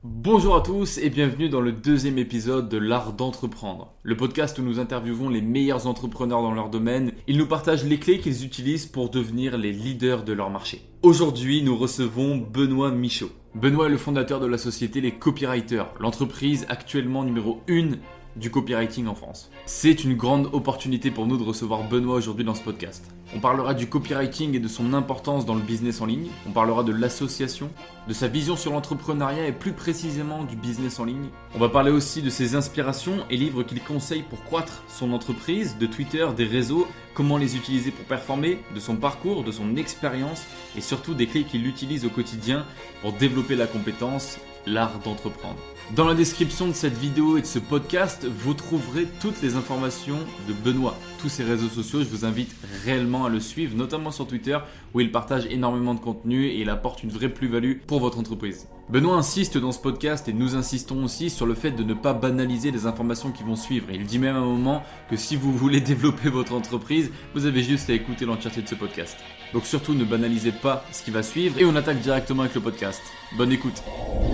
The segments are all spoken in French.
Bonjour à tous et bienvenue dans le deuxième épisode de l'art d'entreprendre, le podcast où nous interviewons les meilleurs entrepreneurs dans leur domaine. Ils nous partagent les clés qu'ils utilisent pour devenir les leaders de leur marché. Aujourd'hui, nous recevons Benoît Michaud. Benoît est le fondateur de la société Les Copywriters, l'entreprise actuellement numéro 1 du copywriting en France. C'est une grande opportunité pour nous de recevoir Benoît aujourd'hui dans ce podcast. On parlera du copywriting et de son importance dans le business en ligne. On parlera de l'association, de sa vision sur l'entrepreneuriat et plus précisément du business en ligne. On va parler aussi de ses inspirations et livres qu'il conseille pour croître son entreprise, de Twitter, des réseaux, comment les utiliser pour performer, de son parcours, de son expérience et surtout des clés qu'il utilise au quotidien pour développer la compétence, l'art d'entreprendre. Dans la description de cette vidéo et de ce podcast, vous trouverez toutes les informations de Benoît. Tous ses réseaux sociaux, je vous invite réellement à le suivre, notamment sur Twitter où il partage énormément de contenu et il apporte une vraie plus-value pour votre entreprise. Benoît insiste dans ce podcast et nous insistons aussi sur le fait de ne pas banaliser les informations qui vont suivre. Il dit même à un moment que si vous voulez développer votre entreprise, vous avez juste à écouter l'entièreté de ce podcast. Donc surtout ne banalisez pas ce qui va suivre et on attaque directement avec le podcast. Bonne écoute.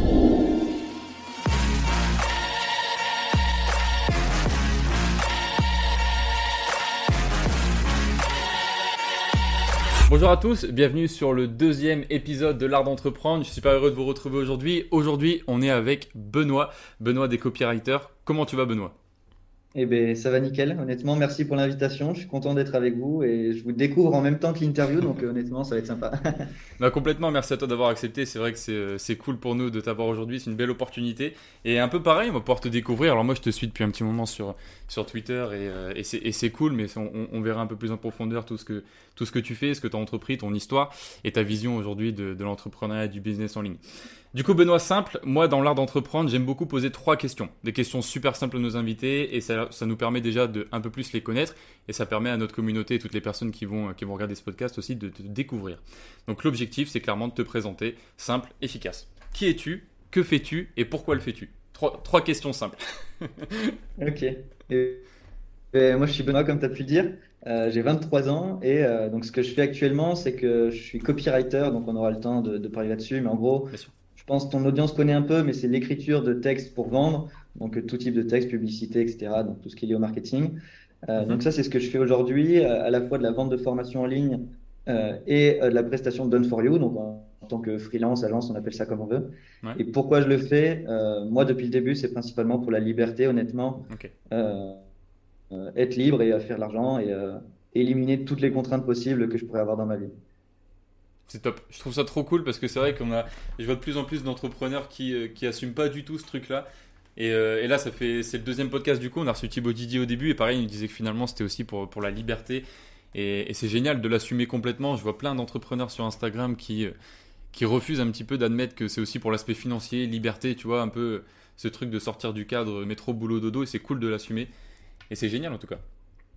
Bonjour à tous, bienvenue sur le deuxième épisode de l'art d'entreprendre. Je suis super heureux de vous retrouver aujourd'hui. Aujourd'hui, on est avec Benoît des Copywriters. Comment tu vas, Benoît ? Eh bien, ça va nickel. Honnêtement, merci pour l'invitation. Je suis content d'être avec vous et je vous découvre en même temps que l'interview, donc honnêtement, ça va être sympa. Complètement, merci à toi d'avoir accepté. C'est vrai que c'est cool pour nous de t'avoir aujourd'hui. C'est une belle opportunité. Et un peu pareil, on va pouvoir te découvrir. Alors moi, je te suis depuis un petit moment sur Twitter et c'est cool, mais on verra un peu plus en profondeur tout ce que tu fais, ce que tu as entrepris, ton histoire et ta vision aujourd'hui de l'entrepreneuriat et du business en ligne. Du coup, Benoît, simple, moi dans l'art d'entreprendre, j'aime beaucoup poser 3 questions. Des questions super simples à nos invités et ça nous permet déjà de un peu plus les connaître et ça permet à notre communauté et toutes les personnes qui vont regarder ce podcast aussi de te découvrir. Donc l'objectif, c'est clairement de te présenter, simple, efficace. Qui es-tu ? Que fais-tu ? Et pourquoi le fais-tu ? Trois questions simples. Ok. Moi, je suis Benoît, comme tu as pu le dire. J'ai 23 ans et donc ce que je fais actuellement, c'est que je suis copywriter, donc on aura le temps de parler là-dessus. Mais en gros, Bien sûr. je pense que ton audience connaît un peu, mais c'est l'écriture de textes pour vendre, donc tout type de texte, publicité, etc. Donc tout ce qui est lié au marketing. Donc ça, c'est ce que je fais aujourd'hui, à la fois de la vente de formation en ligne et de la prestation Done for You, donc en tant que freelance, agence, on appelle ça comme on veut. Ouais. Et pourquoi je le fais? Moi, depuis le début, c'est principalement pour la liberté, honnêtement. Ok. Euh, Être libre et faire de l'argent et éliminer toutes les contraintes possibles que je pourrais avoir dans ma vie. C'est top. Je trouve ça trop cool parce que c'est vrai je vois de plus en plus d'entrepreneurs qui assument pas du tout ce truc-là. Et là, c'est le deuxième podcast du coup. On a reçu Thibaut Didier au début et pareil, il nous disait que finalement c'était aussi pour la liberté. Et c'est génial de l'assumer complètement. Je vois plein d'entrepreneurs sur Instagram qui refusent un petit peu d'admettre que c'est aussi pour l'aspect financier, liberté, tu vois, un peu ce truc de sortir du cadre métro, boulot, dodo. Et c'est cool de l'assumer. Et c'est génial en tout cas.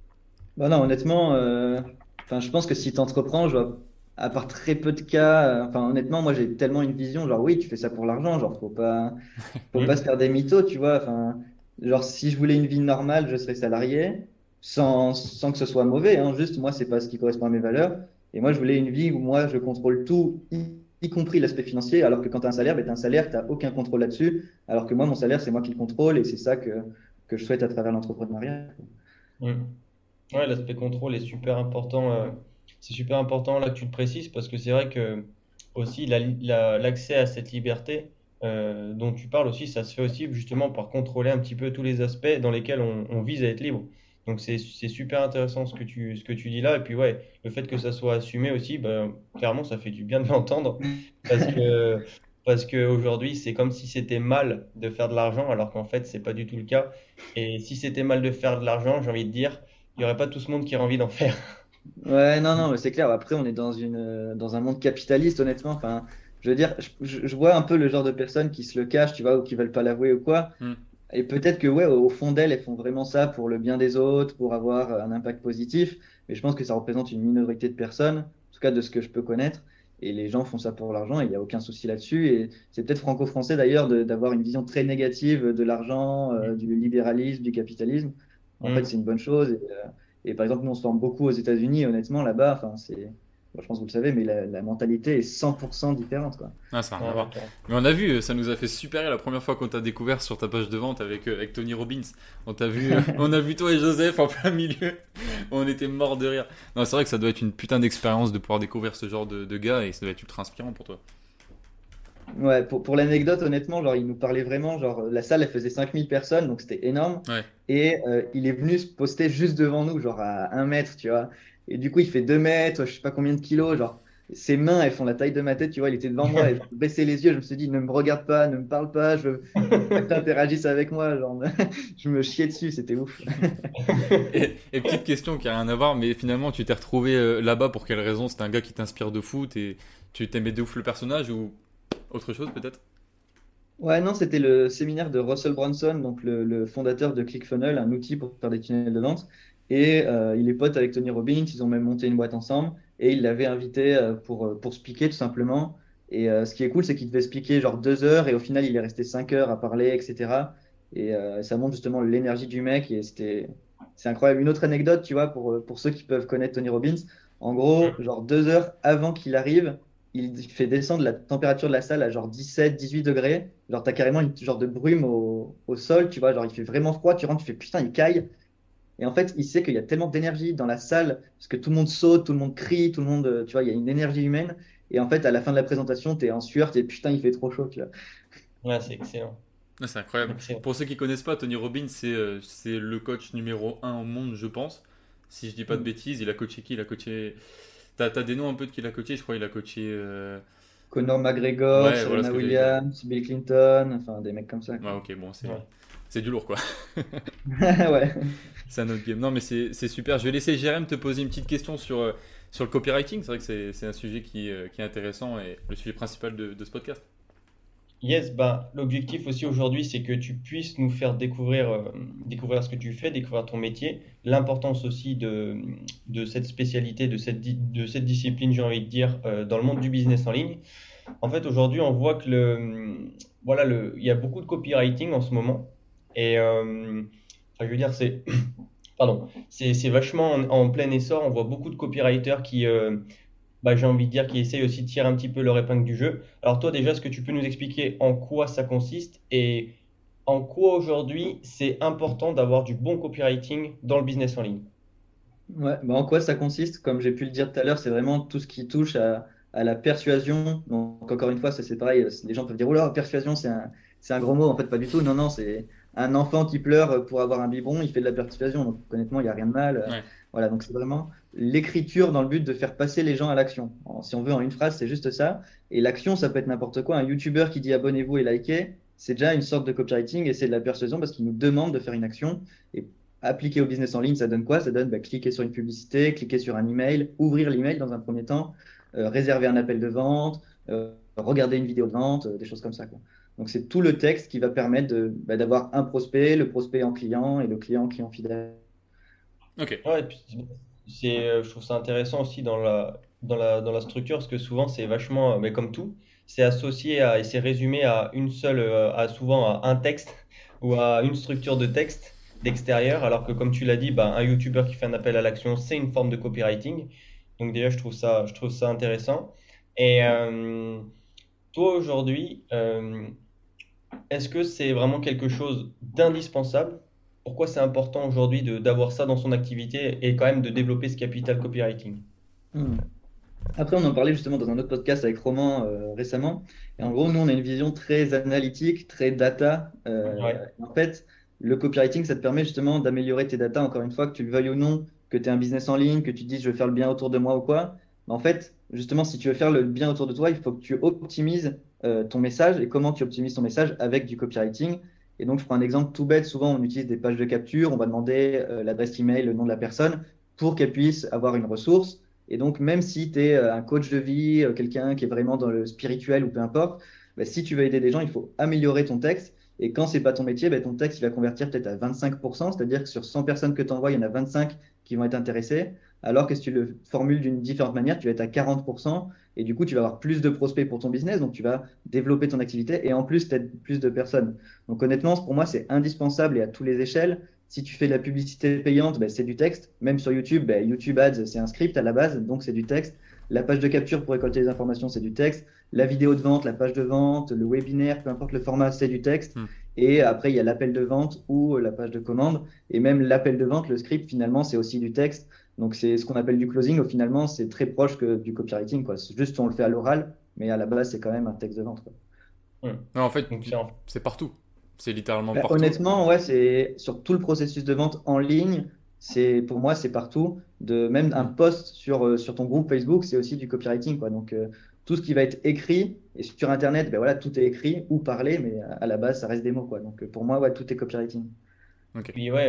Bah non, honnêtement, je pense que si tu entreprends, à part très peu de cas, honnêtement, moi j'ai tellement une vision, genre oui, tu fais ça pour l'argent, genre faut pas se faire des mythos, tu vois. Genre si je voulais une vie normale, je serais salarié, sans que ce soit mauvais, hein, juste moi, c'est pas ce qui correspond à mes valeurs. Et moi, je voulais une vie où moi, je contrôle tout, y compris l'aspect financier, alors que quand tu as un salaire, ben, t'as un salaire, tu aucun contrôle là-dessus, alors que moi, mon salaire, c'est moi qui le contrôle et c'est ça que je souhaite à travers l'entrepreneuriat. Mm. Ouais, l'aspect contrôle est super important. C'est super important là que tu le précises parce que c'est vrai que aussi l'accès à cette liberté dont tu parles aussi, ça se fait aussi justement par contrôler un petit peu tous les aspects dans lesquels on vise à être libre. Donc c'est super intéressant ce que tu dis là. Et puis ouais, le fait que ça soit assumé aussi, ben, clairement, ça fait du bien de l'entendre parce que parce que aujourd'hui, c'est comme si c'était mal de faire de l'argent alors qu'en fait, c'est pas du tout le cas. Et si c'était mal de faire de l'argent, j'ai envie de dire il n'y aurait pas tout ce monde qui aurait envie d'en faire. Ouais, non, non, mais c'est clair. Après, on est dans un monde capitaliste, honnêtement. Je veux dire, je vois un peu le genre de personnes qui se le cachent, tu vois, ou qui veulent pas l'avouer ou quoi. Hmm. Et peut-être que, ouais, au fond d'elles, elles font vraiment ça pour le bien des autres, pour avoir un impact positif. Mais je pense que ça représente une minorité de personnes, en tout cas de ce que je peux connaître. Et les gens font ça pour l'argent, et il n'y a aucun souci là-dessus. Et c'est peut-être franco-français d'ailleurs d'avoir une vision très négative de l'argent, du libéralisme, du capitalisme. En fait, Mm. c'est une bonne chose. Et par exemple, nous, on se forme beaucoup aux États-Unis, honnêtement, là-bas, c'est je pense que vous le savez, mais la mentalité est 100% différente, quoi. Ah, ça n'a rien à Ouais, voir. d'accord. Mais on a vu, ça nous a fait super rire la première fois qu'on t'a découvert sur ta page de vente avec Tony Robbins. On t'a vu, on a vu toi et Joseph en plein milieu. On était morts de rire. Non, c'est vrai que ça doit être une putain d'expérience de pouvoir découvrir ce genre de gars et ça doit être ultra inspirant pour toi. Ouais, pour l'anecdote, honnêtement, genre, il nous parlait vraiment, genre, la salle, elle faisait 5000 personnes, donc c'était énorme. Ouais. Et il est venu se poster juste devant nous, genre à 1 mètre, tu vois. Et du coup, il fait 2 mètres, je sais pas combien de kilos, genre, ses mains, elles font la taille de ma tête, tu vois. Il était devant moi et genre, baissé les yeux, je me suis dit, ne me regarde pas, ne me parle pas, je veux pas que tu interagisses avec moi, genre, je me chiais dessus, c'était ouf. Et petite question qui a rien à voir, mais finalement, tu t'es retrouvé là-bas pour quelle raison? C'était un gars qui t'inspire de foot et tu t'aimais de ouf le personnage ou autre chose peut-être? Ouais, non, c'était le séminaire de Russell Brunson, donc le fondateur de ClickFunnels, un outil pour faire des tunnels de vente. Et il est pote avec Tony Robbins, ils ont même monté une boîte ensemble. Et il l'avait invité pour speaker tout simplement. Et ce qui est cool, c'est qu'il devait speaker genre 2 heures et au final, il est resté 5 heures à parler, etc. Et ça montre justement l'énergie du mec et c'est incroyable. Une autre anecdote, tu vois, pour ceux qui peuvent connaître Tony Robbins, en gros, genre 2 heures avant qu'il arrive, il fait descendre la température de la salle à genre 17, 18 degrés. Genre, t'as carrément une genre de brume au sol, tu vois. Genre, il fait vraiment froid. Tu rentres, tu fais putain, il caille. Et en fait, il sait qu'il y a tellement d'énergie dans la salle parce que tout le monde saute, tout le monde crie, tout le monde, tu vois, il y a une énergie humaine. Et en fait, à la fin de la présentation, t'es en sueur, t'es putain, il fait trop chaud, tu vois. Ouais, c'est excellent. Ah, c'est incroyable. Excellent. Pour ceux qui connaissent pas, Tony Robbins, c'est le coach numéro un au monde, je pense. Si je dis pas de Mm. bêtises, il a coaché qui? Il a coaché. T'as des noms un peu de qui il a coaché? Je crois qu'il a coaché. Conor McGregor, Ouais, voilà ce Serena que j'allais dire. Williams, Bill Clinton, enfin des mecs comme ça, Ouais, quoi. ok, bon, Ouais. c'est du lourd quoi. Ouais. C'est un autre game. Non, mais c'est super. Je vais laisser Jérém te poser une petite question sur le copywriting. C'est vrai que c'est un sujet qui est intéressant et le sujet principal de ce podcast. Yes, bah, l'objectif aussi aujourd'hui, c'est que tu puisses nous faire découvrir ce que tu fais, découvrir ton métier, l'importance aussi de cette spécialité, de cette discipline, j'ai envie de dire, dans le monde du business en ligne. En fait, aujourd'hui, on voit que voilà, il y a beaucoup de copywriting en ce moment. Et enfin, je veux dire, pardon, c'est vachement en plein essor. On voit beaucoup de copywriters qui, bah, j'ai envie de dire, qui essayent aussi de tirer un petit peu leur épingle du jeu. Alors toi, déjà, est-ce que tu peux nous expliquer en quoi ça consiste et en quoi aujourd'hui c'est important d'avoir du bon copywriting dans le business en ligne? Ouais, bah en quoi ça consiste? Comme j'ai pu le dire tout à l'heure, c'est vraiment tout ce qui touche à la persuasion. Donc, encore une fois, ça c'est pareil. Les gens peuvent dire, oh là, persuasion, c'est un gros mot. En fait, pas du tout. Non, non, c'est un enfant qui pleure pour avoir un biberon, il fait de la persuasion. Donc, honnêtement, il n'y a rien de mal. Ouais. Voilà, donc c'est vraiment l'écriture dans le but de faire passer les gens à l'action. Si on veut, en une phrase, c'est juste ça. Et l'action, ça peut être n'importe quoi. Un YouTuber qui dit abonnez-vous et likez, c'est déjà une sorte de copywriting et c'est de la persuasion parce qu'il nous demande de faire une action. Et appliqué au business en ligne, ça donne quoi? Ça donne cliquer sur une publicité, cliquer sur un email, ouvrir l'email dans un premier temps, réserver un appel de vente, regarder une vidéo de vente, des choses comme ça, quoi. Donc c'est tout le texte qui va permettre d'avoir un prospect, le prospect en client et le client client fidèle. Ok. Ouais, et puis je trouve ça intéressant aussi dans la structure parce que souvent c'est vachement, mais comme tout, c'est associé à et c'est résumé à une seule, souvent à un texte ou à une structure de texte d'extérieur, alors que comme tu l'as dit, bah, un YouTuber qui fait un appel à l'action, c'est une forme de copywriting. Donc déjà, je trouve ça intéressant. Et toi aujourd'hui, est-ce que c'est vraiment quelque chose d'indispensable? Pourquoi c'est important aujourd'hui d'avoir ça dans son activité et quand même de développer ce capital copywriting? Hmm. Après, on en parlait justement dans un autre podcast avec Roman récemment. Et en gros, nous, on a une vision très analytique, très data. Ouais, En fait, le copywriting, ça te permet justement d'améliorer tes data, encore une fois, que tu le veuilles ou non, que tu aies un business en ligne, que tu te dises je veux faire le bien autour de moi ou quoi. Mais en fait, justement, si tu veux faire le bien autour de toi, il faut que tu optimises ton message. Et comment tu optimises ton message avec du copywriting? Et donc, je prends un exemple tout bête. Souvent, on utilise des pages de capture. On va demander l'adresse email, le nom de la personne pour qu'elle puisse avoir une ressource. Et donc, même si tu es un coach de vie, quelqu'un qui est vraiment dans le spirituel ou peu importe, bah, si tu veux aider des gens, il faut améliorer ton texte. Et quand c'est pas ton métier, bah, ton texte, il va convertir peut-être à 25%, c'est-à-dire que sur 100 personnes que tu envoies, il y en a 25 qui vont être intéressées. Alors que si tu le formules d'une différente manière, tu vas être à 40%. Et du coup, tu vas avoir plus de prospects pour ton business. Donc, tu vas développer ton activité et en plus, tu aides plus de personnes. Donc, honnêtement, pour moi, c'est indispensable et à toutes les échelles. Si tu fais de la publicité payante, ben, c'est du texte. Même sur YouTube, ben, YouTube Ads, c'est un script à la base, donc c'est du texte. La page de capture pour récolter les informations, c'est du texte. La vidéo de vente, la page de vente, le webinaire, peu importe le format, c'est du texte. Et après, il y a l'appel de vente ou la page de commande. Et même l'appel de vente, le script, finalement, c'est aussi du texte. Donc, c'est ce qu'on appelle du closing. Au finalement, c'est très proche que du copywriting, quoi. C'est juste on le fait à l'oral, mais à la base, c'est quand même un texte de vente, quoi. Non, en fait, Donc, c'est partout. C'est littéralement Bah, partout. honnêtement, ouais, c'est sur tout le processus de vente en ligne, pour moi, c'est partout. Même un post sur ton groupe Facebook, c'est aussi du copywriting, quoi. Donc, tout ce qui va être écrit, et sur Internet, ben voilà, tout est écrit ou parlé, mais à la base, ça reste des mots, quoi. Donc, pour moi, ouais, tout est copywriting. puis ouais,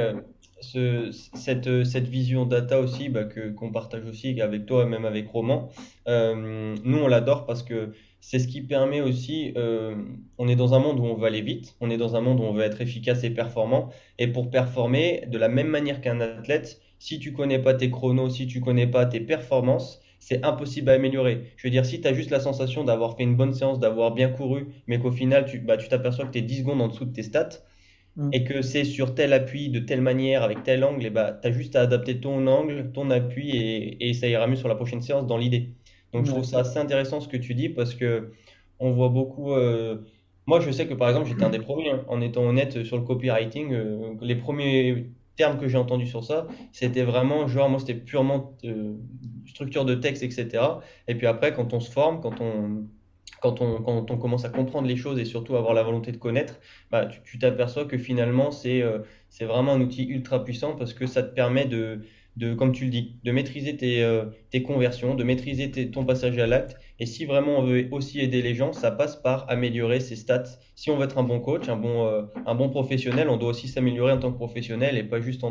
cette vision data aussi, bah, qu'on partage aussi avec toi et même avec Roman, nous on l'adore parce que c'est ce qui permet aussi, on est dans un monde où on veut aller vite, on est dans un monde où on veut être efficace et performant, et pour performer, de la même manière qu'un athlète, si tu connais pas tes chronos, si tu connais pas tes performances, c'est impossible à améliorer. Je veux dire, si tu as juste la sensation d'avoir fait une bonne séance, d'avoir bien couru, mais qu'au final, tu t'aperçois que tu es 10 secondes en dessous de tes stats, Mm. et que c'est sur tel appui, de telle manière, avec tel angle, et bah, tu as juste à adapter ton angle, ton appui, et ça ira mieux sur la prochaine séance dans l'idée. Donc je trouve Ouais. ça assez intéressant ce que tu dis parce que on voit beaucoup. Moi, je sais que par exemple, j'étais un des premiers, hein, en étant honnête sur le copywriting. Les premiers termes que j'ai entendus sur ça, c'était vraiment genre, moi, c'était purement structure de texte, etc. Et puis après, quand on se forme, quand on commence à comprendre les choses et surtout avoir la volonté de connaître, bah, tu t'aperçois que finalement, c'est vraiment un outil ultra puissant parce que ça te permet comme tu le dis, de maîtriser tes conversions, de maîtriser ton passage à l'acte. Et si vraiment on veut aussi aider les gens, ça passe par améliorer ses stats. Si on veut être un bon coach, un bon professionnel, on doit aussi s'améliorer en tant que professionnel et pas juste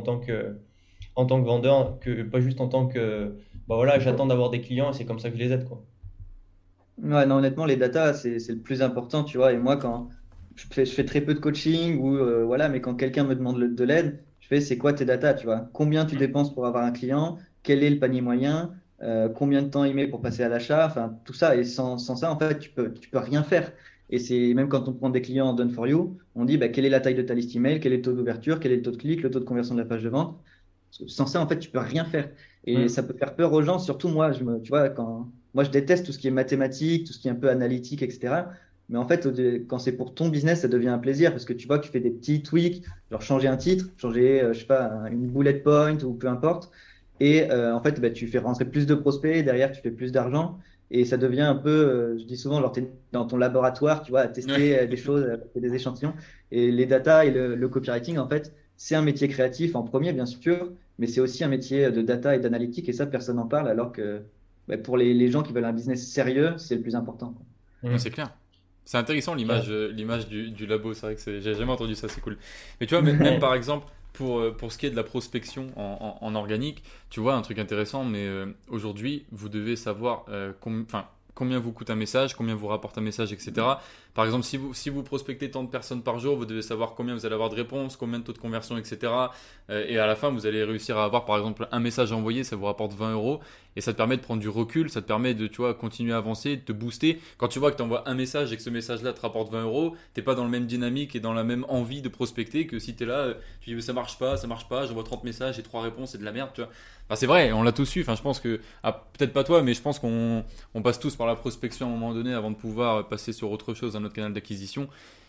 en tant que vendeur, pas juste en tant que, bah voilà, j'attends d'avoir des clients et c'est comme ça que je les aide, quoi. Ouais, non, honnêtement, les datas, c'est le plus important, tu vois. Et moi, quand je fais très peu de coaching ou voilà, mais quand quelqu'un me demande de l'aide, je fais c'est quoi tes datas, tu vois? Combien tu dépenses pour avoir un client? Quel est le panier moyen? Combien de temps il met pour passer à l'achat? Enfin, tout ça. Et sans ça, en fait, tu peux rien faire. Et c'est même quand on prend des clients en Done for You, on dit bah, quelle est la taille de ta liste email, quel est le taux d'ouverture, quel est le taux de clic, le taux de conversion de la page de vente. Sans ça, en fait, tu peux rien faire. Et Mm. ça peut faire peur aux gens, surtout moi, tu vois, moi, je déteste tout ce qui est mathématique, tout ce qui est un peu analytique, etc. Mais en fait, quand c'est pour ton business, ça devient un plaisir parce que tu vois que tu fais des petits tweaks, genre changer un titre, changer, je sais pas, une bullet point ou peu importe. Et en fait, bah, tu fais rentrer plus de prospects, derrière, tu fais plus d'argent. Et ça devient un peu, je dis souvent, genre, tu es dans ton laboratoire, tu vois, à tester Ouais. des choses, à faire des échantillons. Et les data et le copywriting, en fait, c'est un métier créatif en premier, bien sûr, mais c'est aussi un métier de data et d'analytique. Et ça, personne n'en parle, alors que bah, pour les gens qui veulent un business sérieux, c'est le plus important, quoi. Non, Mm. c'est clair. C'est intéressant l'image Carrément. l'image du labo, c'est vrai que j'ai jamais entendu ça, c'est cool. Mais tu vois, même par exemple, pour ce qui est de la prospection en organique, tu vois, un truc intéressant, mais aujourd'hui, vous devez savoir combien vous coûte un message, combien vous rapporte un message, etc. Par exemple, si vous prospectez tant de personnes par jour, vous devez savoir combien vous allez avoir de réponses, combien de taux de conversion, etc. Et à la fin, vous allez réussir à avoir, par exemple, un message envoyé, ça vous rapporte 20 euros. Et ça te permet de prendre du recul, ça te permet de, tu vois, continuer à avancer, de te booster. Quand tu vois que tu envoies un message et que ce message-là te rapporte 20 euros, t'es pas dans le même dynamique et dans la même envie de prospecter que si tu es là, tu dis mais ça marche pas, j'envoie 30 messages et 3 réponses, c'est de la merde, tu vois. Enfin, c'est vrai, on l'a tous su. Enfin, je pense que, peut-être pas toi, mais je pense qu'on passe tous par la prospection à un moment donné avant de pouvoir passer sur autre chose, un autre canal d'acquisition.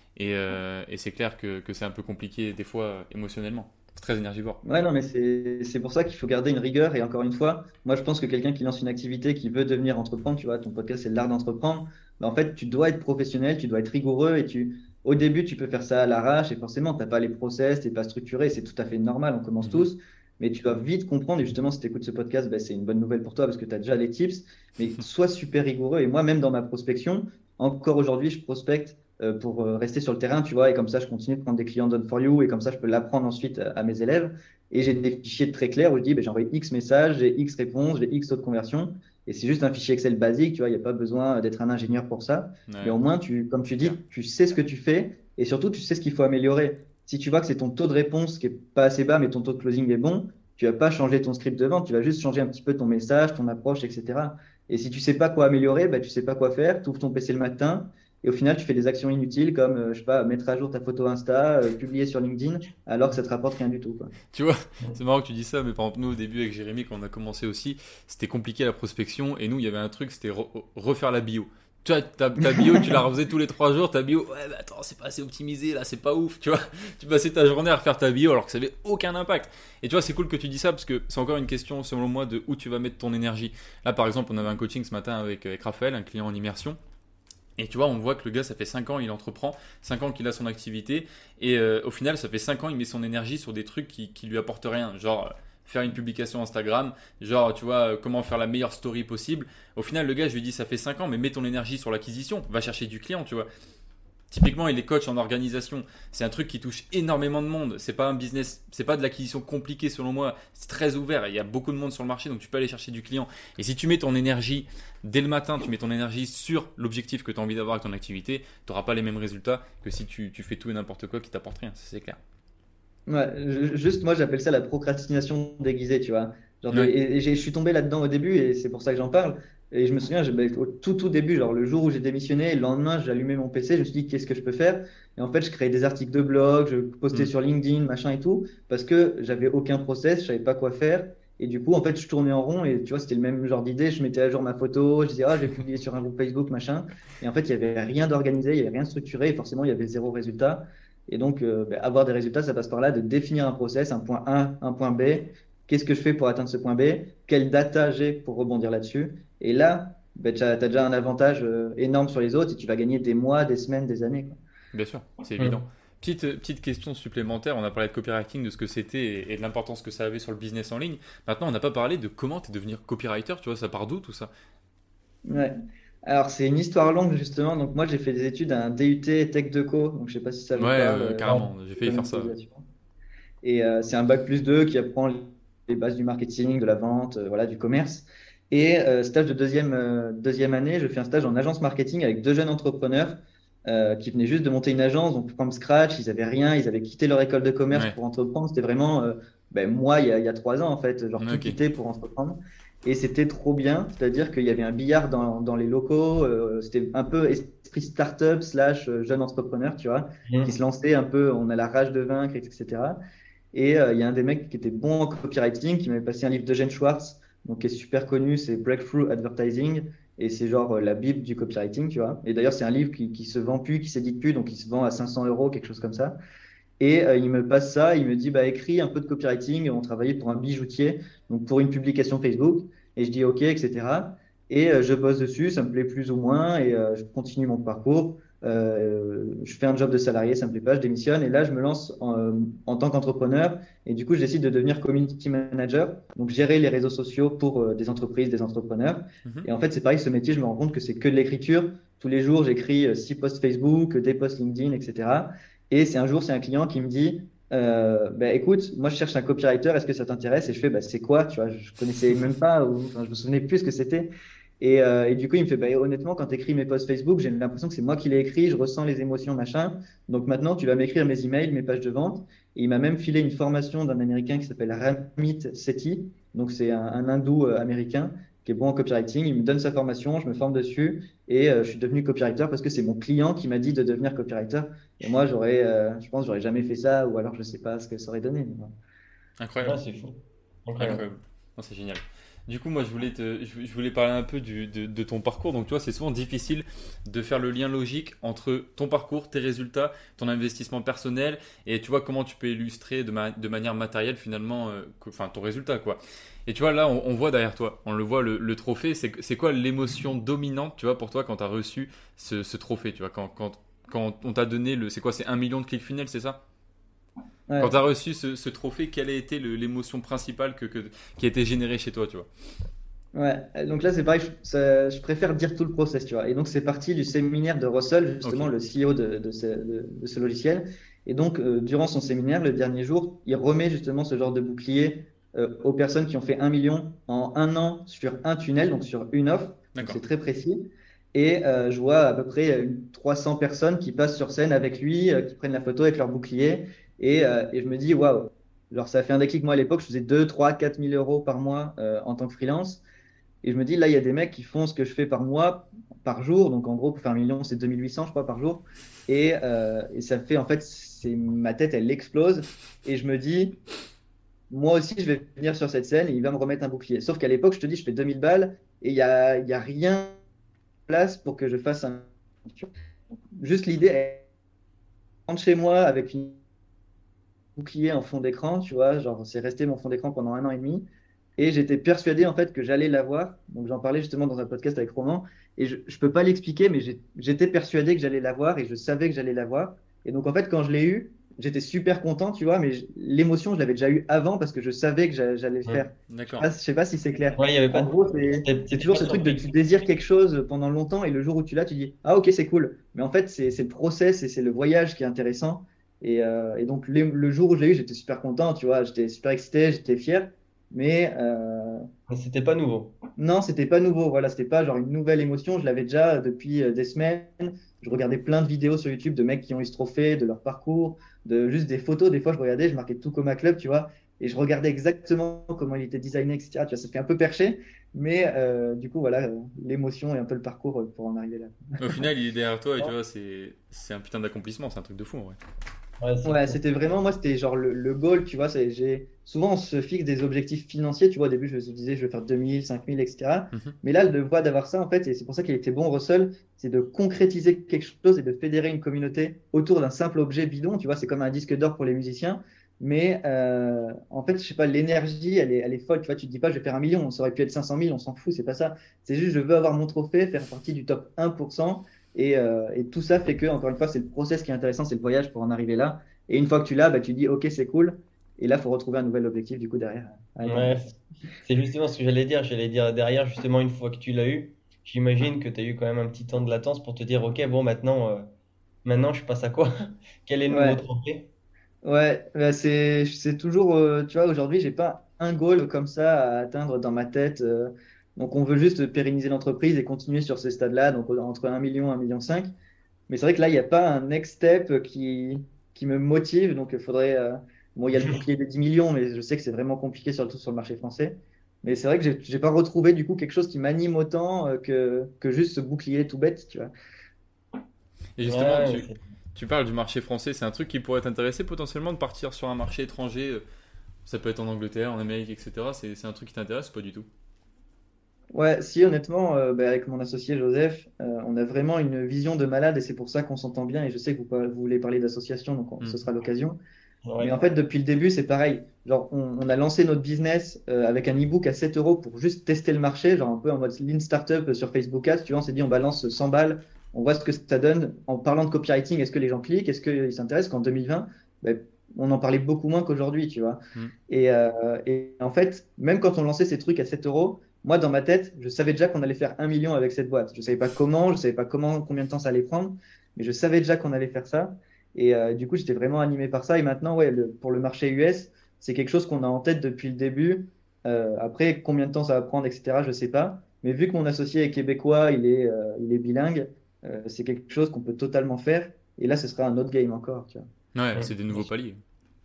Et c'est clair que c'est un peu compliqué des fois émotionnellement. C'est très énergivore. Ouais, non, mais c'est pour ça qu'il faut garder une rigueur. Et encore une fois, moi, je pense que quelqu'un qui lance une activité, qui veut devenir entreprendre, tu vois, ton podcast, c'est l'art d'entreprendre. Bah, en fait, tu dois être professionnel, tu dois être rigoureux et au début, tu peux faire ça à l'arrache et forcément, t'as pas les process, t'es pas structuré. C'est tout à fait normal. On commence Mhm. tous. Mais tu dois vite comprendre. Et justement, si tu écoutes ce podcast, bah, c'est une bonne nouvelle pour toi parce que tu as déjà les tips. Mais sois super rigoureux. Et moi, même dans ma prospection, encore aujourd'hui, je prospecte pour rester sur le terrain, tu vois, et comme ça, je continue de prendre des clients done for you, et comme ça, je peux l'apprendre ensuite à mes élèves. Et j'ai des fichiers très clairs où je dis, ben, j'ai envoyé X messages, j'ai X réponses, j'ai X taux de conversion. Et c'est juste un fichier Excel basique, tu vois, il n'y a pas besoin d'être un ingénieur pour ça. Mais Ouais, au moins, comme tu c'est clair. dis, tu sais ce que tu fais et surtout, tu sais ce qu'il faut améliorer. Si tu vois que c'est ton taux de réponse qui est pas assez bas, mais ton taux de closing est bon, tu vas pas changer ton script de vente, tu vas juste changer un petit peu ton message, ton approche, etc. Et si tu sais pas quoi améliorer, ben, tu sais pas quoi faire, tu ouvres ton PC le matin, Et au final, tu fais des actions inutiles comme, je sais pas, mettre à jour ta photo Insta, publier sur LinkedIn, alors que ça te rapporte rien du tout, quoi. Tu vois, c'est marrant que tu dis ça, mais par exemple, nous, au début, avec Jérémy, quand on a commencé aussi, c'était compliqué la prospection. Et nous, il y avait un truc, c'était refaire la bio. Tu vois, ta bio, tu la refaisais tous les 3 jours. Ta bio, ouais, mais attends, c'est pas assez optimisé, là, c'est pas ouf. Tu vois, tu passais ta journée à refaire ta bio alors que ça avait aucun impact. Et tu vois, c'est cool que tu dis ça parce que c'est encore une question, selon moi, de où tu vas mettre ton énergie. Là, par exemple, on avait un coaching ce matin avec Raphaël, un client en immersion. Et tu vois, on voit que le gars, ça fait 5 ans, il entreprend, 5 ans qu'il a son activité, et au final, ça fait 5 ans, il met son énergie sur des trucs qui lui apportent rien, genre faire une publication Instagram, genre, tu vois, comment faire la meilleure story possible. Au final, le gars, je lui dis, ça fait 5 ans, mais mets ton énergie sur l'acquisition, va chercher du client, tu vois. Typiquement, il est coach en organisation. C'est un truc qui touche énormément de monde. C'est pas un business, c'est pas de l'acquisition compliquée selon moi. C'est très ouvert. Il y a beaucoup de monde sur le marché, donc tu peux aller chercher du client. Et si tu mets ton énergie dès le matin, tu mets ton énergie sur l'objectif que tu as envie d'avoir avec ton activité, tu n'auras pas les mêmes résultats que si tu fais tout et n'importe quoi qui t'apporte rien. Ça, c'est clair. Ouais, juste moi j'appelle ça la procrastination déguisée, tu vois. Genre Ouais. je suis tombé là-dedans au début et c'est pour ça que j'en parle. Et je me souviens, au tout début, genre le jour où j'ai démissionné, le lendemain j'allumais mon PC, je me suis dit qu'est-ce que je peux faire? Et en fait, je créais des articles de blog, je postais Mm. sur LinkedIn, machin et tout, parce que j'avais aucun process, je savais pas quoi faire. Et du coup, en fait, je tournais en rond et tu vois, c'était le même genre d'idée. Je mettais à jour ma photo, je disais, ah, je vais publier sur un groupe Facebook, machin. Et en fait, il y avait rien d'organisé, il y avait rien de structuré et forcément, il y avait zéro résultat. Et donc, avoir des résultats, ça passe par là de définir un process, un point A, un point B. Qu'est-ce que je fais pour atteindre ce point B? Quelle data j'ai pour rebondir là-dessus? Et là, tu as déjà un avantage énorme sur les autres et tu vas gagner des mois, des semaines, des années, quoi. Bien sûr, c'est Mm. évident. Petite question supplémentaire, on a parlé de copywriting, de ce que c'était et de l'importance que ça avait sur le business en ligne. Maintenant, on n'a pas parlé de comment tu es devenu copywriter, tu vois, ça part d'où tout ça? Ouais. Alors, c'est une histoire longue, justement. Donc, moi, j'ai fait des études à un DUT Tech Deco. Donc, je sais pas si ça Ouais, vous parle, carrément, j'ai failli faire ça. Ouais. commercialisation. Et c'est un bac plus 2 qui apprend les bases du marketing, de la vente, voilà, du commerce. Et stage de deuxième année, je fais un stage en agence marketing avec deux jeunes entrepreneurs qui venaient juste de monter une agence, donc from scratch, ils avaient rien, ils avaient quitté leur école de commerce Ouais, pour entreprendre. C'était vraiment moi il y a 3 ans en fait, genre tout ok. quitter pour entreprendre. Et c'était trop bien, c'est-à-dire qu'il y avait un billard dans les locaux, c'était un peu esprit startup slash jeune entrepreneur, tu vois, qui se Mm. lançait un peu, on a la rage de vaincre, etc. Et il y a un des mecs qui était bon en copywriting, qui m'avait passé un livre d'Eugène Schwartz, donc qui est super connu, c'est Breakthrough Advertising, et c'est genre la Bible du copywriting, tu vois. Et d'ailleurs, c'est un livre qui se vend plus, qui s'édite plus, donc il se vend à 500 euros, quelque chose comme ça. Et il me passe ça, il me dit, bah, écris un peu de copywriting. On travaillait pour un bijoutier, donc pour une publication Facebook. Et je dis OK, etc. Et je bosse dessus, ça me plaît plus ou moins, et je continue mon parcours. Je fais un job de salarié, ça me plaît pas, je démissionne. Et là, je me lance en tant qu'entrepreneur. Et du coup, je décide de devenir community manager, donc gérer les réseaux sociaux pour des entreprises, des entrepreneurs. Mhm. Et en fait, c'est pareil, ce métier, je me rends compte que c'est que de l'écriture. Tous les jours, j'écris 6 posts Facebook, des posts LinkedIn, etc. Et c'est un jour, c'est un client qui me dit, bah, écoute, moi je cherche un copywriter, est-ce que ça t'intéresse? Et je fais, bah, c'est quoi? Tu vois, je connaissais même pas, ou, enfin, je me souvenais plus ce que c'était. Et du coup, il me fait, bah, honnêtement, quand tu écris mes posts Facebook, j'ai l'impression que c'est moi qui l'ai écrit, je ressens les émotions, machin. Donc maintenant, tu vas m'écrire mes emails, mes pages de vente. Et il m'a même filé une formation d'un Américain qui s'appelle Ramit Sethi. Donc c'est un hindou américain qui est bon en copywriting. Il me donne sa formation, je me forme dessus et je suis devenu copywriter parce que c'est mon client qui m'a dit de devenir copywriter. Et moi, je pense, j'aurais jamais fait ça ou alors je sais pas ce que ça aurait donné. Mais bon. Ouais, Incroyable. c'est fou. Incroyable. Incroyable. Non, c'est génial. Du coup, moi, je voulais parler un peu de ton parcours. Donc, tu vois, c'est souvent difficile de faire le lien logique entre ton parcours, tes résultats, ton investissement personnel et tu vois comment tu peux illustrer de manière matérielle finalement enfin, ton résultat, quoi. Et tu vois, là, on voit derrière toi, on le voit, le trophée. C'est quoi l'émotion dominante, tu vois, pour toi quand tu as reçu ce trophée, tu vois, quand on t'a donné c'est quoi, c'est 1 million de ClickFunnels, c'est ça? Quand tu as Ouais. reçu ce trophée, quelle a été l'émotion principale qui a été générée chez toi, tu vois? Ouais, donc là c'est pareil, je préfère dire tout le process, tu vois. Et donc c'est parti du séminaire de Russell, Ok, justement le CEO de ce logiciel. Et donc durant son séminaire, le dernier jour, il remet justement ce genre de bouclier aux personnes qui ont fait 1 million en un an sur un tunnel, donc sur une offre. Donc d'accord. c'est très précis. Et je vois à peu près 300 personnes qui passent sur scène avec lui, qui prennent la photo avec leur bouclier. Et je me dis, waouh, genre ça a fait un déclic. Moi à l'époque, je faisais 2, 3, 4 000 euros par mois en tant que freelance. Et je me dis, là, il y a des mecs qui font ce que je fais par mois par jour. Donc, en gros, pour faire 1 million, c'est 2 800, je crois, par jour. Et ça fait, en fait, ma tête, elle explose. Et je me dis, moi aussi, je vais venir sur cette scène et il va me remettre un bouclier. Sauf qu'à l'époque, je te dis, je fais 2 000 balles et il y a rien en place pour que je fasse un. Juste l'idée, elle rentre chez moi avec une bouclier en fond d'écran, tu vois, genre c'est resté mon fond d'écran pendant 1 an et demi. Et j'étais persuadé en fait que j'allais l'avoir. Donc j'en parlais justement dans un podcast avec Roman. Et je peux pas l'expliquer, mais j'étais persuadé que j'allais l'avoir et je savais que j'allais l'avoir. Et donc en fait, quand je l'ai eu, j'étais super content, tu vois, mais l'émotion, je l'avais déjà eu avant parce que je savais que j'allais le Mm. faire. D'accord. Je sais pas si c'est clair. Ouais, il y avait En pas, gros, c'est t'étais toujours pas ce truc de surpris. tu désires quelque chose pendant longtemps et le jour où tu l'as, tu dis ah ok, c'est cool. Mais en fait, c'est le process et c'est le voyage qui est intéressant. Et donc le jour où je l'ai eu, j'étais super content, tu vois, j'étais super excité, j'étais fier. Mais Mais c'était pas nouveau. non, c'était pas nouveau. Voilà, c'était pas genre une nouvelle émotion. Je l'avais déjà depuis des semaines. Je regardais plein de vidéos sur YouTube de mecs qui ont eu ce trophée, de leur parcours, de juste des photos. Des fois, je regardais, je marquais tout comme un club, tu vois, et je regardais exactement comment il était designé, etc. Tu vois, ça fait un peu perché, mais du coup, voilà, l'émotion et un peu le parcours pour en arriver là. Au final, il est derrière toi et tu vois, c'est un putain d'accomplissement, c'est un truc de fou en vrai. Ouais, c'est Ouais, clair. c'était vraiment, moi, c'était genre le goal, tu vois. Souvent, on se fixe des objectifs financiers, tu vois. Au début, je me disais, je vais faire 2000, 5000, etc. Mhm. Mais là, le voie d'avoir ça, en fait, et c'est pour ça qu'il était bon, Russell, c'est de concrétiser quelque chose et de fédérer une communauté autour d'un simple objet bidon, tu vois. C'est comme un disque d'or pour les musiciens. Mais en fait, je sais pas, l'énergie, elle est folle, tu vois. Tu te dis pas, je vais faire 1 million, ça aurait pu être 500 000, on s'en fout, c'est pas ça. C'est juste, je veux avoir mon trophée, faire partie du top 1%. Et tout ça fait que, encore une fois, c'est le process qui est intéressant, c'est le voyage pour en arriver là. Et une fois que tu l'as, bah, tu dis, OK, c'est cool. Et là, il faut retrouver un nouvel objectif, du coup, derrière, à atteindre. Ouais, c'est justement ce que j'allais dire. J'allais dire derrière, justement, une fois que tu l'as eu, j'imagine que tu as eu quand même un petit temps de latence pour te dire, ok, bon, maintenant, je passe à quoi? Quel est le nouveau Ouais, trophée? ouais, bah, c'est toujours, tu vois, aujourd'hui, j'ai pas un goal comme ça à atteindre dans ma tête. Donc, on veut juste pérenniser l'entreprise et continuer sur ce stade-là, donc entre 1 million et 1,5 million. Mais c'est vrai que là, il n'y a pas un next step qui me motive. Donc, il faudrait. Bon, il y a le bouclier des 10 millions, mais je sais que c'est vraiment compliqué, surtout sur le marché français. Mais c'est vrai que j'ai pas retrouvé du coup quelque chose qui m'anime autant que juste ce bouclier tout bête, tu vois. Et justement, Ouais, tu parles du marché français, c'est un truc qui pourrait t'intéresser potentiellement de partir sur un marché étranger, ça peut être en Angleterre, en Amérique, etc. C'est un truc qui t'intéresse ou pas du tout? Ouais, si honnêtement, bah, avec mon associé Joseph, on a vraiment une vision de malade et c'est pour ça qu'on s'entend bien. Et je sais que vous voulez parler d'association, donc Hmm. ce sera l'occasion. Mais ouais. en fait, depuis le début, c'est pareil. Genre, on a lancé notre business avec un e-book à 7 euros pour juste tester le marché, genre un peu en mode lean startup sur Facebook Ads. Tu vois, on s'est dit, on balance 100 balles, on voit ce que ça donne. En parlant de copywriting, est-ce que les gens cliquent? Est-ce qu'ils s'intéressent? Qu'en 2020, ben, on en parlait beaucoup moins qu'aujourd'hui, tu vois. Hmm. Et en fait, même quand on lançait ces trucs à 7 euros, moi, dans ma tête, je savais déjà qu'on allait faire 1 million avec cette boîte. Je savais pas comment, je savais pas combien de temps ça allait prendre, mais je savais déjà qu'on allait faire ça. Et du coup, j'étais vraiment animé par ça. Et maintenant, ouais, pour le marché US, c'est quelque chose qu'on a en tête depuis le début. Après, combien de temps ça va prendre, etc., je sais pas. Mais vu que mon associé est québécois, il est bilingue, c'est quelque chose qu'on peut totalement faire. Et là, ce sera un autre game encore, tu vois. Ouais, Mm. c'est des nouveaux paliers.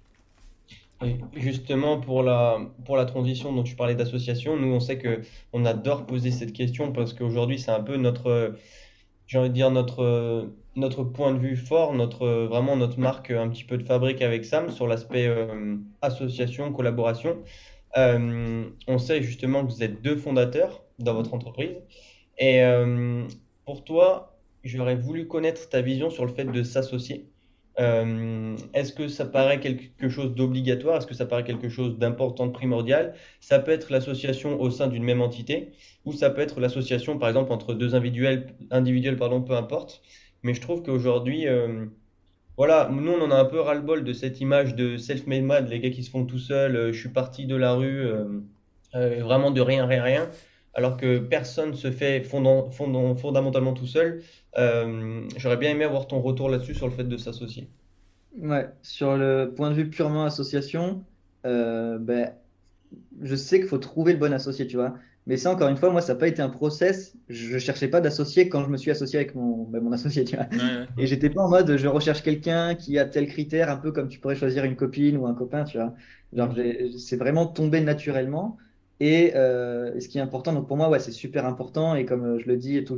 Et justement, pour la transition dont tu parlais d'association, nous, on sait que on adore poser cette question parce qu'aujourd'hui, c'est un peu j'ai envie de dire, notre point de vue fort, vraiment notre marque un petit peu de fabrique avec Sam sur l'aspect association, collaboration. On sait justement que vous êtes deux fondateurs dans votre entreprise. Et pour toi, j'aurais voulu connaître ta vision sur le fait de s'associer. Est-ce que ça paraît quelque chose d'obligatoire? Est-ce que ça paraît quelque chose d'important, de primordial? Ça peut être l'association au sein d'une même entité, ou ça peut être l'association, par exemple, entre deux individuels, pardon, peu importe. Mais je trouve qu'aujourd'hui, voilà, nous on en a un peu ras-le-bol de cette image de self-made man, les gars qui se font tout seuls, je suis parti de la rue, vraiment de rien, rien, rien, alors que personne se fait fondamentalement tout seul. J'aurais bien aimé avoir ton retour là-dessus sur le fait de s'associer. Ouais, sur le point de vue purement association, ben, je sais qu'il faut trouver le bon associé, tu vois. Mais ça, encore une fois, moi, ça n'a pas été un process. Je cherchais pas d'associé quand je me suis associé avec mon associé, tu vois. Ouais, ouais. Et j'étais pas en mode, je recherche quelqu'un qui a tel critère, un peu comme tu pourrais choisir une copine ou un copain, tu vois. Genre, Mm. c'est vraiment tombé naturellement. Et ce qui est important, donc pour moi, ouais, c'est super important. Et comme je le dis tout le temps,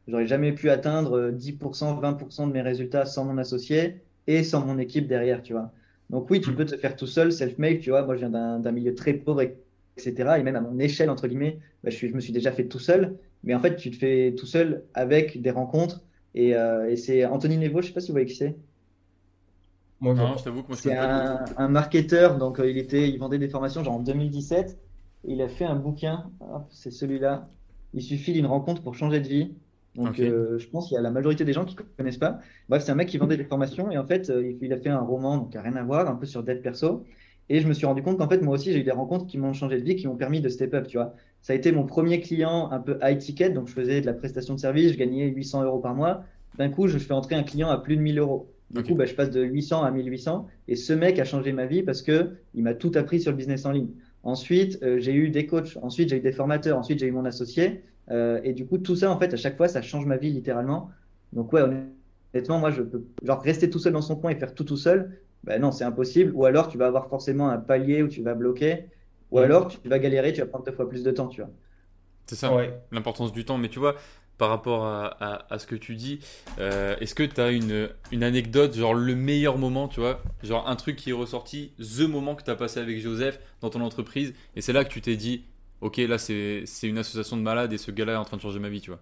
j'aurais jamais pu atteindre 10%, 20% de mes résultats sans mon associé et sans mon équipe derrière, tu vois. Donc oui, tu peux te faire tout seul, self-made, tu vois. Moi, je viens d'un milieu très pauvre, etc. Et même à mon échelle, entre guillemets, bah, je me suis déjà fait tout seul. Mais en fait, tu te fais tout seul avec des rencontres. Et c'est Anthony Nevo, je sais pas si vous voyez qui c'est. Moi, je vois Non, je pas. t'avoue que moi je C'est connais pas du tout. un marketeur, donc il vendait des formations genre en 2017. Et il a fait un bouquin, hop, c'est celui-là. Il suffit d'une rencontre pour changer de vie. Donc Ok. je pense qu'il y a la majorité des gens qui connaissent pas. Bref, c'est un mec qui vendait des formations et en fait, il a fait un roman, donc qui n'a rien à voir, un peu sur dev perso. Et je me suis rendu compte qu'en fait, moi aussi, j'ai eu des rencontres qui m'ont changé de vie, qui m'ont permis de step up, tu vois. Ça a été mon premier client un peu high ticket, donc je faisais de la prestation de service, je gagnais 800 euros par mois. D'un coup, je fais entrer un client à plus de 1000 euros. Du Ok. coup, bah, je passe de 800 à 1800 et ce mec a changé ma vie parce que il m'a tout appris sur le business en ligne. Ensuite, j'ai eu des coachs, ensuite j'ai eu des formateurs, ensuite j'ai eu mon associé. Et du coup, tout ça, en fait, à chaque fois, ça change ma vie littéralement. Donc ouais, honnêtement, moi, je peux genre rester tout seul dans son coin et faire tout seul. Ben non, c'est impossible. Ou alors, tu vas avoir forcément un palier où tu vas bloquer. Ou Mm. alors, tu vas galérer, tu vas prendre deux fois plus de temps, tu vois. C'est ça, Ouais. l'importance du temps. Mais tu vois, par rapport à ce que tu dis, est-ce que tu as une anecdote, genre le meilleur moment, tu vois, genre un truc qui est ressorti, the moment que tu as passé avec Joseph dans ton entreprise, et c'est là que tu t'es dit, ok, là c'est une association de malades et ce gars-là est en train de changer ma vie, tu vois.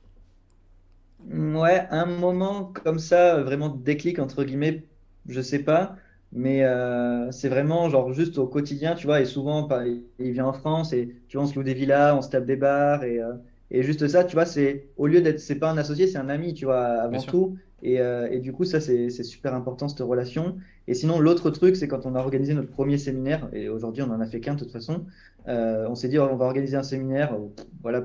Ouais, un moment comme ça, vraiment déclic entre guillemets, je sais pas, mais c'est vraiment genre juste au quotidien, tu vois. Et souvent, il vient en France et tu vois, on se loue des villas, on se tape des bars et juste ça, tu vois, c'est au lieu d'être, c'est pas un associé, c'est un ami, tu vois, Bien avant sûr. tout. Et du coup, ça, c'est super important cette relation. Et sinon, l'autre truc, c'est quand on a organisé notre premier séminaire, et aujourd'hui, on en a fait qu'un de toute façon. On s'est dit, on va organiser un séminaire, voilà,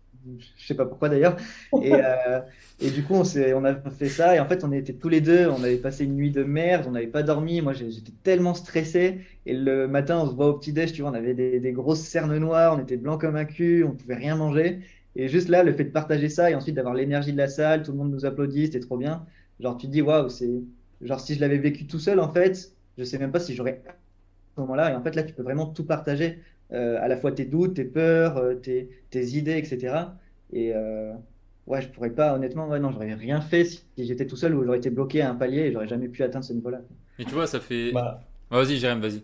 je sais pas pourquoi d'ailleurs. Et, euh, et du coup, on a fait ça. Et en fait, on était tous les deux. On avait passé une nuit de merde. On n'avait pas dormi. Moi, j'étais tellement stressé. Et le matin, on se voit au petit-déj. Tu vois, on avait des grosses cernes noires. On était blanc comme un cul. On pouvait rien manger. Et juste là, le fait de partager ça et ensuite d'avoir l'énergie de la salle, tout le monde nous applaudit. C'était trop bien. Genre, tu te dis, waouh, c'est genre si je l'avais vécu tout seul, en fait, je sais même pas si j'aurais à ce moment-là. Et en fait, là, tu peux vraiment tout partager. À la fois tes doutes, tes peurs, tes idées, etc. Et, ouais, je pourrais pas, honnêtement, ouais, non, j'aurais rien fait si j'étais tout seul ou j'aurais été bloqué à un palier et j'aurais jamais pu atteindre ce niveau-là. Et tu vois, ça fait. Bah, Ah, vas-y, Jérém, vas-y.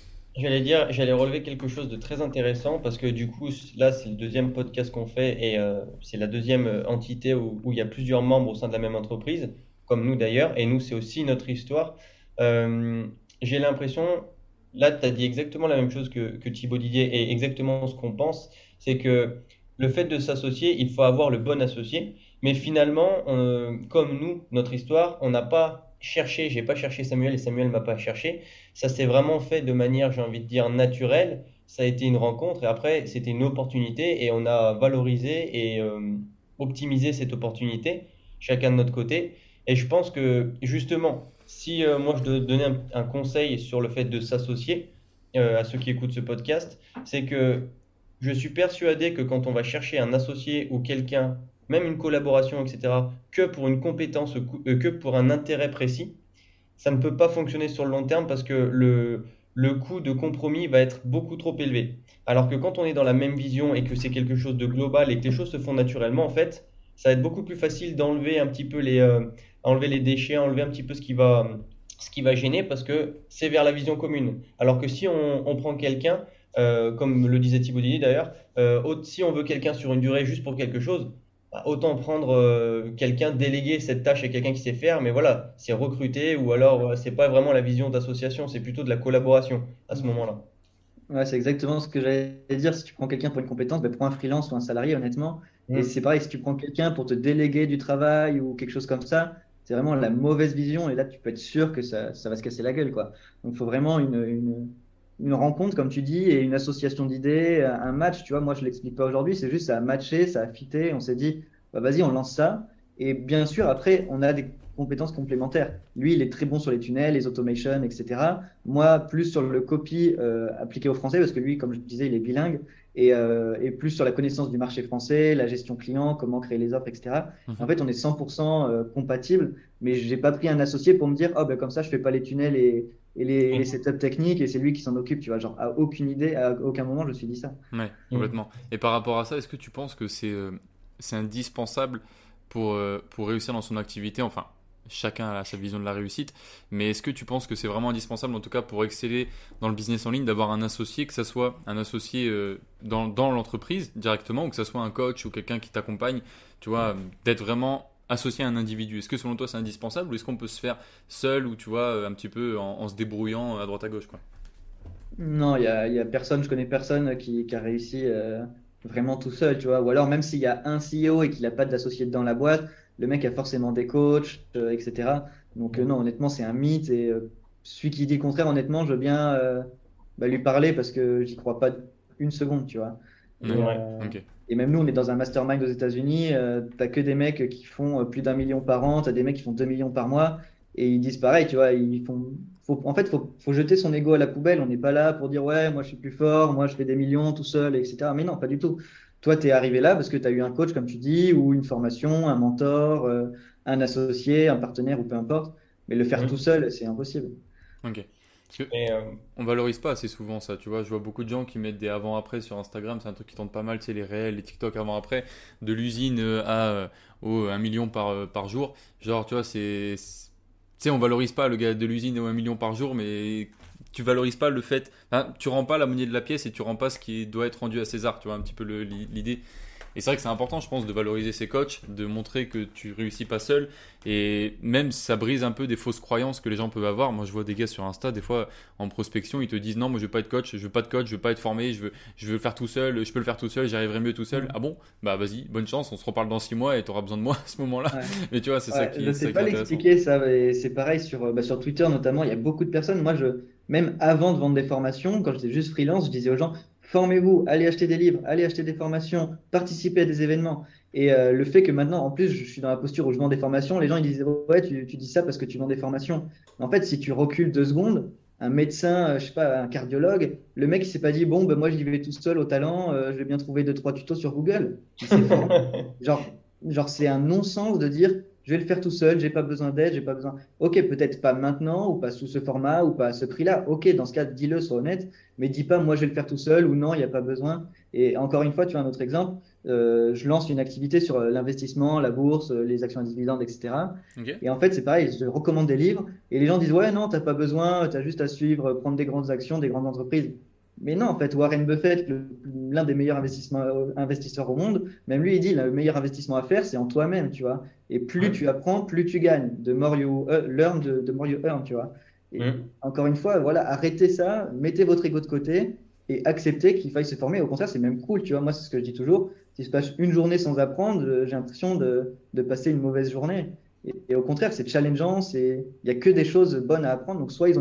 j'allais relever quelque chose de très intéressant parce que du coup, là, c'est le deuxième podcast qu'on fait et c'est la deuxième entité où il y a plusieurs membres au sein de la même entreprise, comme nous d'ailleurs, et nous, c'est aussi notre histoire. Euh, j'ai l'impression, là, tu as dit exactement la même chose que Thibaut Didier et exactement ce qu'on pense, c'est que le fait de s'associer, il faut avoir le bon associé, mais finalement, comme nous, notre histoire, on n'a pas cherché, j'ai pas cherché Samuel et Samuel m'a pas cherché. Ça s'est vraiment fait de manière, j'ai envie de dire, naturelle. Ça a été une rencontre et après, c'était une opportunité et on a valorisé et optimisé cette opportunité, chacun de notre côté. Et je pense que justement, si moi je dois donner un conseil sur le fait de s'associer à ceux qui écoutent ce podcast, c'est que je suis persuadé que quand on va chercher un associé ou quelqu'un, même une collaboration, etc., que pour une compétence, que pour un intérêt précis, ça ne peut pas fonctionner sur le long terme parce que le coût de compromis va être beaucoup trop élevé. Alors que quand on est dans la même vision et que c'est quelque chose de global et que les choses se font naturellement, en fait, ça va être beaucoup plus facile d'enlever un petit peu enlever les déchets, enlever un petit peu ce qui va gêner parce que c'est vers la vision commune. Alors que si on prend quelqu'un, comme le disait Thibaut Dini d'ailleurs, si on veut quelqu'un sur une durée juste pour quelque chose, bah, autant prendre quelqu'un, déléguer cette tâche à quelqu'un qui sait faire, mais voilà, c'est recruter ou alors c'est pas vraiment la vision d'association, c'est plutôt de la collaboration à ce moment-là. Ouais, c'est exactement ce que j'allais dire. Si tu prends quelqu'un pour une compétence, ben, prends un freelance ou un salarié, honnêtement. Et Mm. c'est pareil, si tu prends quelqu'un pour te déléguer du travail ou quelque chose comme ça, c'est vraiment la mauvaise vision. Et là, tu peux être sûr que ça va se casser la gueule, quoi. Donc, il faut vraiment une rencontre, comme tu dis, et une association d'idées, un match. Tu vois, moi, je l'explique pas aujourd'hui. C'est juste, ça a matché, ça a fité. On s'est dit, bah, vas-y, on lance ça. Et bien sûr, après, on a des compétences complémentaires. Lui, il est très bon sur les tunnels, les automations, etc. Moi, plus sur le copy appliqué au français, parce que lui, comme je disais, il est bilingue, et plus sur la connaissance du marché français, la gestion client, comment créer les offres, etc. En Mhm. fait, on est 100% compatible, mais j'ai pas pris un associé pour me dire, oh, ben, comme ça, je fais pas les tunnels et les Mm. setups techniques, et c'est lui qui s'en occupe, tu vois. Genre, à aucune idée, à aucun moment, je me suis dit ça. Ouais, Mm. complètement. Et par rapport à ça, est-ce que tu penses que c'est indispensable pour réussir dans son activité, enfin, chacun a sa vision de la réussite, mais est-ce que tu penses que c'est vraiment indispensable, en tout cas pour exceller dans le business en ligne, d'avoir un associé, que ça soit un associé dans l'entreprise directement, ou que ça soit un coach ou quelqu'un qui t'accompagne, tu vois, d'être vraiment associé à un individu? Est-ce que selon toi c'est indispensable, ou est-ce qu'on peut se faire seul, ou tu vois, un petit peu en se débrouillant à droite à gauche, quoi? Non, il y a personne, je connais personne qui a réussi vraiment tout seul, tu vois. Ou alors, même s'il y a un CEO et qu'il n'a pas d'associé dans la boîte, le mec a forcément des coachs, etc. Donc, non, honnêtement, c'est un mythe. Et celui qui dit le contraire, honnêtement, je veux bien lui parler parce que j'y crois pas une seconde, tu vois. Ouais, Et, Ouais. ok. et même nous, on est dans un mastermind aux États-Unis. T'as que des mecs qui font plus d'1 million par an, t'as des mecs qui font 2 millions par mois, et ils disent pareil, tu vois. En fait, faut jeter son ego à la poubelle. On n'est pas là pour dire ouais, moi je suis plus fort, moi je fais des millions tout seul, etc. Mais non, pas du tout. Toi, tu es arrivé là parce que tu as eu un coach, comme tu dis, ou une formation, un mentor, un associé, un partenaire, ou peu importe. Mais le faire tout Mhm. seul, c'est impossible. Ok. Parce que Et, on valorise pas assez souvent ça, tu vois. Je vois beaucoup de gens qui mettent des avant-après sur Instagram, c'est un truc qui tente pas mal, tu sais, les réels, les TikTok avant-après, de l'usine au 1 million par jour. Genre, tu vois, tu sais, on valorise pas le gars de l'usine au 1 million par jour, mais tu valorises pas le fait. Enfin, tu rends pas la monnaie de la pièce et tu rends pas ce qui doit être rendu à César, tu vois, un petit peu l'idée. Et c'est vrai que c'est important, je pense, de valoriser ses coachs, de montrer que tu réussis pas seul. Et même ça brise un peu des fausses croyances que les gens peuvent avoir. Moi, je vois des gars sur Insta, des fois en prospection, ils te disent non, moi je veux pas être coach, je veux pas de coach, je veux pas être formé, je veux le faire tout seul, je peux le faire tout seul, j'y arriverai mieux tout seul. Mm. Ah bon? Bah vas-y, bonne chance, on se reparle dans 6 mois et tu auras besoin de moi à ce moment-là. Ouais. Mais tu vois, c'est ça Ouais, je qui, c'est sais ça qui pas est intéressant. l'expliquer ça, mais c'est pareil sur Twitter notamment, il y a beaucoup de personnes. Moi, même avant de vendre des formations, quand j'étais juste freelance, je disais aux gens, formez-vous, allez acheter des livres, allez acheter des formations, participez à des événements. Et le fait que maintenant, en plus, je suis dans la posture où je vends des formations, les gens ils disent, ouais, tu dis ça parce que tu vends des formations. Mais en fait, si tu recules 2 secondes, un médecin, je sais pas, un cardiologue, le mec il s'est pas dit, bon, ben moi j'y vais tout seul au talent, je vais bien trouver 2, 3 tutos sur Google. Il s'est formé. Genre, c'est un non-sens de dire je vais le faire tout seul, j'ai pas besoin d'aide, j'ai pas besoin. Ok, peut-être pas maintenant, ou pas sous ce format, ou pas à ce prix-là. Ok, dans ce cas, dis-le, sois honnête, mais dis pas moi je vais le faire tout seul, ou non, il n'y a pas besoin. Et encore une fois, tu as un autre exemple. Je lance une activité sur l'investissement, la bourse, les actions à dividendes, etc. Ok? Et en fait, c'est pareil, je recommande des livres, et les gens disent ouais, non, t'as pas besoin, t'as juste à suivre, prendre des grandes actions, des grandes entreprises. Mais non, en fait, Warren Buffett, l'un des meilleurs investisseurs au monde, même lui, il dit le meilleur investissement à faire, c'est en toi-même, tu vois. Et plus Mhm. tu apprends, plus tu gagnes. The more you learn, the more you earn, tu vois. Et Mhm. encore une fois, voilà, arrêtez ça, mettez votre ego de côté et acceptez qu'il faille se former. Au contraire, c'est même cool, tu vois. Moi, c'est ce que je dis toujours. Si je passe une journée sans apprendre, j'ai l'impression de passer une mauvaise journée. Et au contraire, c'est challengeant, il n'y a que des choses bonnes à apprendre. Donc, soit ils ont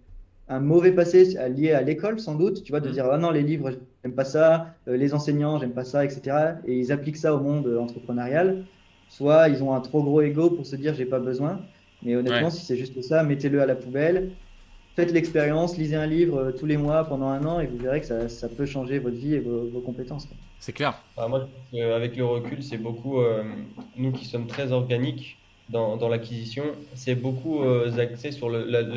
un mauvais passé lié à l'école, sans doute, tu vois, de Hmm. dire, ah non, les livres, j'aime pas ça, les enseignants, j'aime pas ça, etc. Et ils appliquent ça au monde entrepreneurial. Soit ils ont un trop gros ego pour se dire, j'ai pas besoin. Mais Ouais. honnêtement, si c'est juste ça, mettez-le à la poubelle, faites l'expérience, lisez un livre tous les mois pendant un an et vous verrez que ça peut changer votre vie et vos compétences, quoi. C'est clair. Ah, moi, je pense qu'avec le recul, c'est beaucoup, nous qui sommes très organiques dans l'acquisition, c'est beaucoup axé sur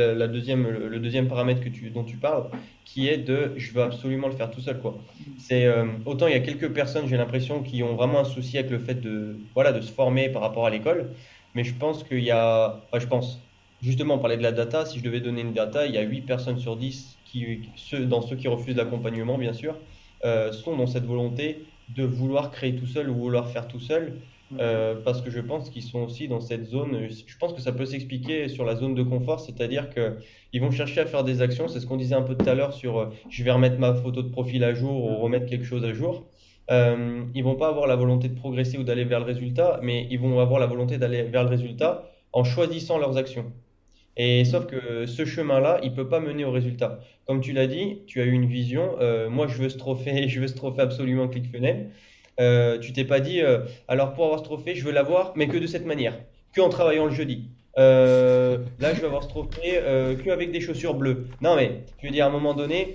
le deuxième paramètre dont tu parles, qui est de je veux absolument le faire tout seul, quoi. Autant il y a quelques personnes, j'ai l'impression, qui ont vraiment un souci avec le fait voilà, de se former par rapport à l'école, mais je pense qu'il y a, enfin, je pense, justement, on parlait de la data, si je devais donner une data, il y a 8 personnes sur 10 dans ceux qui refusent l'accompagnement, bien sûr, sont dans cette volonté de vouloir créer tout seul ou vouloir faire tout seul, parce que je pense qu'ils sont aussi dans cette zone. Je pense que ça peut s'expliquer sur la zone de confort, c'est-à-dire que ils vont chercher à faire des actions. C'est ce qu'on disait un peu tout à l'heure sur je vais remettre ma photo de profil à jour ou remettre quelque chose à jour. Ils vont pas avoir la volonté de progresser ou d'aller vers le résultat, mais ils vont avoir la volonté d'aller vers le résultat en choisissant leurs actions. Et sauf que ce chemin-là, il peut pas mener au résultat. Comme tu l'as dit, tu as eu une vision. Moi, je veux ce trophée, je veux ce trophée absolument ClickFunnels. Tu t'es pas dit, alors pour avoir ce trophée, je veux l'avoir, mais que de cette manière, que en travaillant le jeudi. Là, je vais avoir ce trophée que avec des chaussures bleues. Non, mais je veux dire, à un moment donné,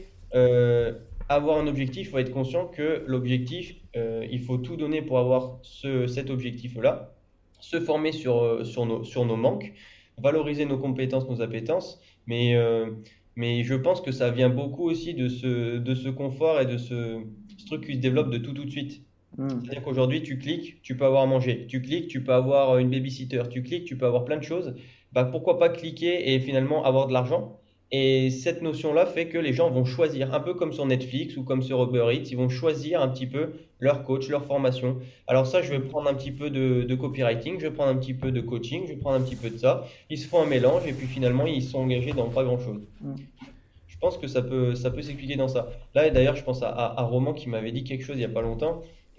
avoir un objectif, il faut être conscient que l'objectif, il faut tout donner pour avoir cet objectif-là, se former sur nos manques, valoriser nos compétences, nos appétences, mais je pense que ça vient beaucoup aussi de ce confort et de ce truc qui se développe de tout de suite. Hmm. C'est-à-dire qu'aujourd'hui, tu cliques, tu peux avoir à manger. Tu cliques, tu peux avoir une babysitter. Tu cliques, tu peux avoir plein de choses. Bah, pourquoi pas cliquer et finalement avoir de l'argent? Et cette notion-là fait que les gens vont choisir, un peu comme sur Netflix ou comme sur Uber Eats, ils vont choisir un petit peu leur coach, leur formation. Alors ça, je vais prendre un petit peu de copywriting, je vais prendre un petit peu de coaching, je vais prendre un petit peu de ça. Ils se font un mélange et puis finalement, ils sont engagés dans pas grand-chose. Hmm. Je pense que ça peut s'expliquer dans ça. Là, et d'ailleurs, je pense à Roman qui m'avait dit quelque chose il n'y a pas longtemps, et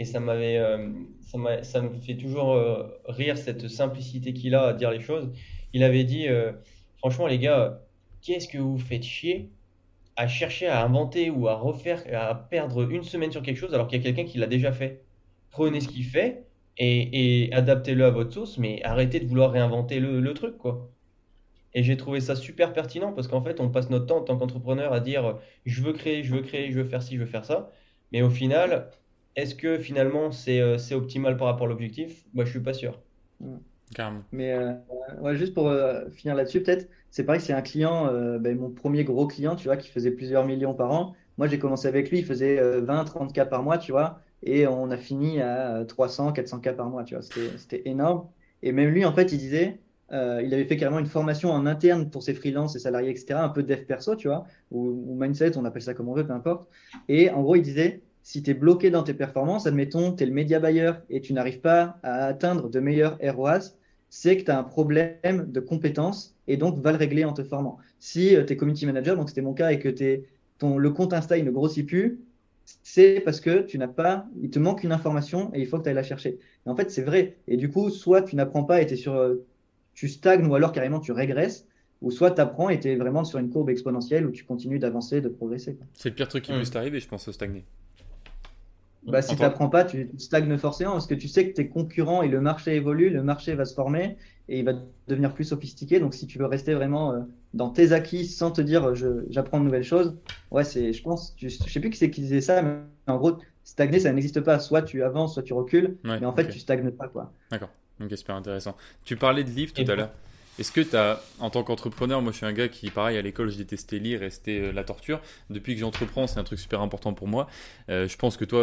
ça me fait toujours rire cette simplicité qu'il a à dire les choses. Il avait dit, franchement, les gars, qu'est-ce que vous faites chier à chercher à inventer ou à refaire, à perdre une semaine sur quelque chose alors qu'il y a quelqu'un qui l'a déjà fait. Prenez ce qu'il fait et adaptez-le à votre sauce, mais arrêtez de vouloir réinventer le truc, quoi. Et j'ai trouvé ça super pertinent parce qu'en fait, on passe notre temps en tant qu'entrepreneur à dire je veux créer, je veux créer, je veux faire ci, je veux faire ça. Mais au final, est-ce que finalement c'est optimal par rapport à l'objectif? Moi, je suis pas sûr. Hmm. Carrément. Mais ouais, juste pour finir là-dessus, peut-être, c'est pareil, c'est un client, mon premier gros client, tu vois, qui faisait plusieurs millions par an. Moi, j'ai commencé avec lui, il faisait 20, 30 k par mois, tu vois, et on a fini à 300, 400 k par mois, tu vois, c'était énorme. Et même lui, en fait, il disait, il avait fait carrément une formation en interne pour ses freelances, ses salariés, etc., un peu dev perso, tu vois, ou mindset, on appelle ça comme on veut, peu importe. Et en gros, il disait, si tu es bloqué dans tes performances, admettons, tu es le média buyer et tu n'arrives pas à atteindre de meilleurs ROAS, c'est que tu as un problème de compétence et donc va le régler en te formant. Si tu es community manager, donc c'était mon cas, et que le compte Insta il ne grossit plus, c'est parce que tu n'as pas, il te manque une information et il faut que tu ailles la chercher. Et en fait, c'est vrai. Et du coup, soit tu n'apprends pas et tu stagnes, ou alors carrément tu régresses, ou soit tu apprends et tu es vraiment sur une courbe exponentielle où tu continues d'avancer, de progresser, quoi. C'est le pire truc qui puisse Hmm. t'arriver, je pense, stagner. Bah, En si tu tant- n'apprends pas, tu stagnes forcément parce que tu sais que tes concurrents et le marché évolue, le marché va se former et il va devenir plus sophistiqué. Donc, si tu veux rester vraiment dans tes acquis sans te dire j'apprends de nouvelles choses, ouais, je pense, je sais plus qui c'est qui disait ça, mais en gros, stagner, ça n'existe pas. Soit tu avances, soit tu recules, Ouais, mais en fait, ok. tu stagnes pas, quoi. D'accord. Ok, super intéressant. Tu parlais de livres tout Et à pour- l'heure. Est-ce que tu as, en tant qu'entrepreneur, moi je suis un gars qui, pareil, à l'école, je détestais lire et c'était la torture. Depuis que j'entreprends, c'est un truc super important pour moi. Je pense que toi,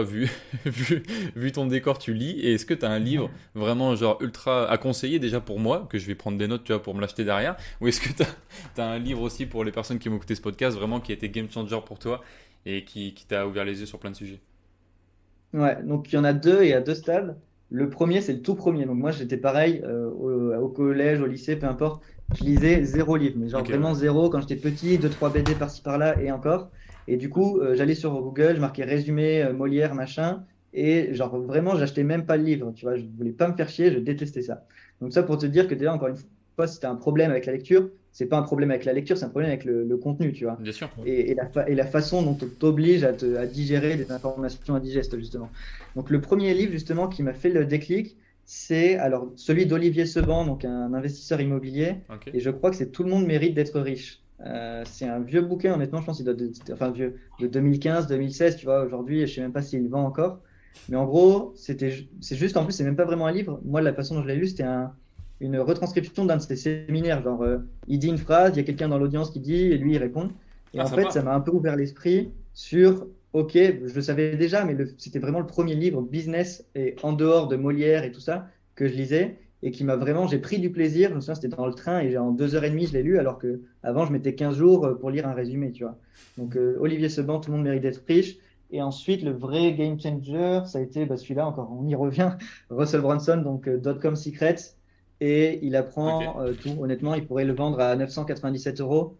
vu ton décor, tu lis. Et est-ce que tu as un livre vraiment genre ultra à conseiller déjà pour moi, que je vais prendre des notes, tu vois, pour me l'acheter derrière? Ou est-ce que tu as un livre aussi pour les personnes qui m'ont écouté ce podcast, vraiment qui a été game changer pour toi et qui t'a ouvert les yeux sur plein de sujets? Ouais, donc il y en a deux et à deux stades. Le premier, c'est le tout premier. Donc moi, j'étais pareil au collège, au lycée, peu importe. Je lisais zéro livre, mais genre Ok, ouais. vraiment zéro quand j'étais petit, deux, trois BD par-ci par-là et encore. Et du coup, j'allais sur Google, je marquais résumé, Molière, machin. Et genre vraiment, j'achetais même pas le livre. Tu vois, je voulais pas me faire chier, je détestais ça. Donc ça pour te dire que déjà, encore une fois, si tu as un problème avec la lecture, c'est pas un problème avec la lecture, c'est un problème avec le contenu, tu vois Bien sûr. et la façon dont on t'oblige à digérer des informations indigestes, justement. Donc, le premier livre, justement, qui m'a fait le déclic, c'est alors celui d'Olivier Seban, donc un investisseur immobilier. Ok. Et je crois que c'est Tout le monde mérite d'être riche. C'est un vieux bouquin, honnêtement, je pense qu'il doit enfin vieux, de 2015, 2016, tu vois. Aujourd'hui, je sais même pas s'il vend encore. Mais en gros, c'est juste, en plus, c'est même pas vraiment un livre. Moi, la façon dont je l'ai lu, c'était une retranscription d'un de ses séminaires. Genre, il dit une phrase, il y a quelqu'un dans l'audience qui dit, et lui, il répond. Et Ah, en fait, ça sympa. m'a un peu ouvert l'esprit sur, ok, je le savais déjà, mais c'était vraiment le premier livre business et en dehors de Molière et tout ça que je lisais et qui m'a vraiment, j'ai pris du plaisir. Je me souviens, c'était dans le train et en 2 heures et demie, je l'ai lu alors que avant, je mettais 15 jours pour lire un résumé, tu vois. Donc, Olivier Seban, Tout le monde mérite d'être riche. Et ensuite, le vrai game changer, ça a été celui-là, encore, on y revient, Russell Brunson, donc Dotcom Secrets. Et il Ok. apprend tout. Honnêtement, il pourrait le vendre à 997 euros.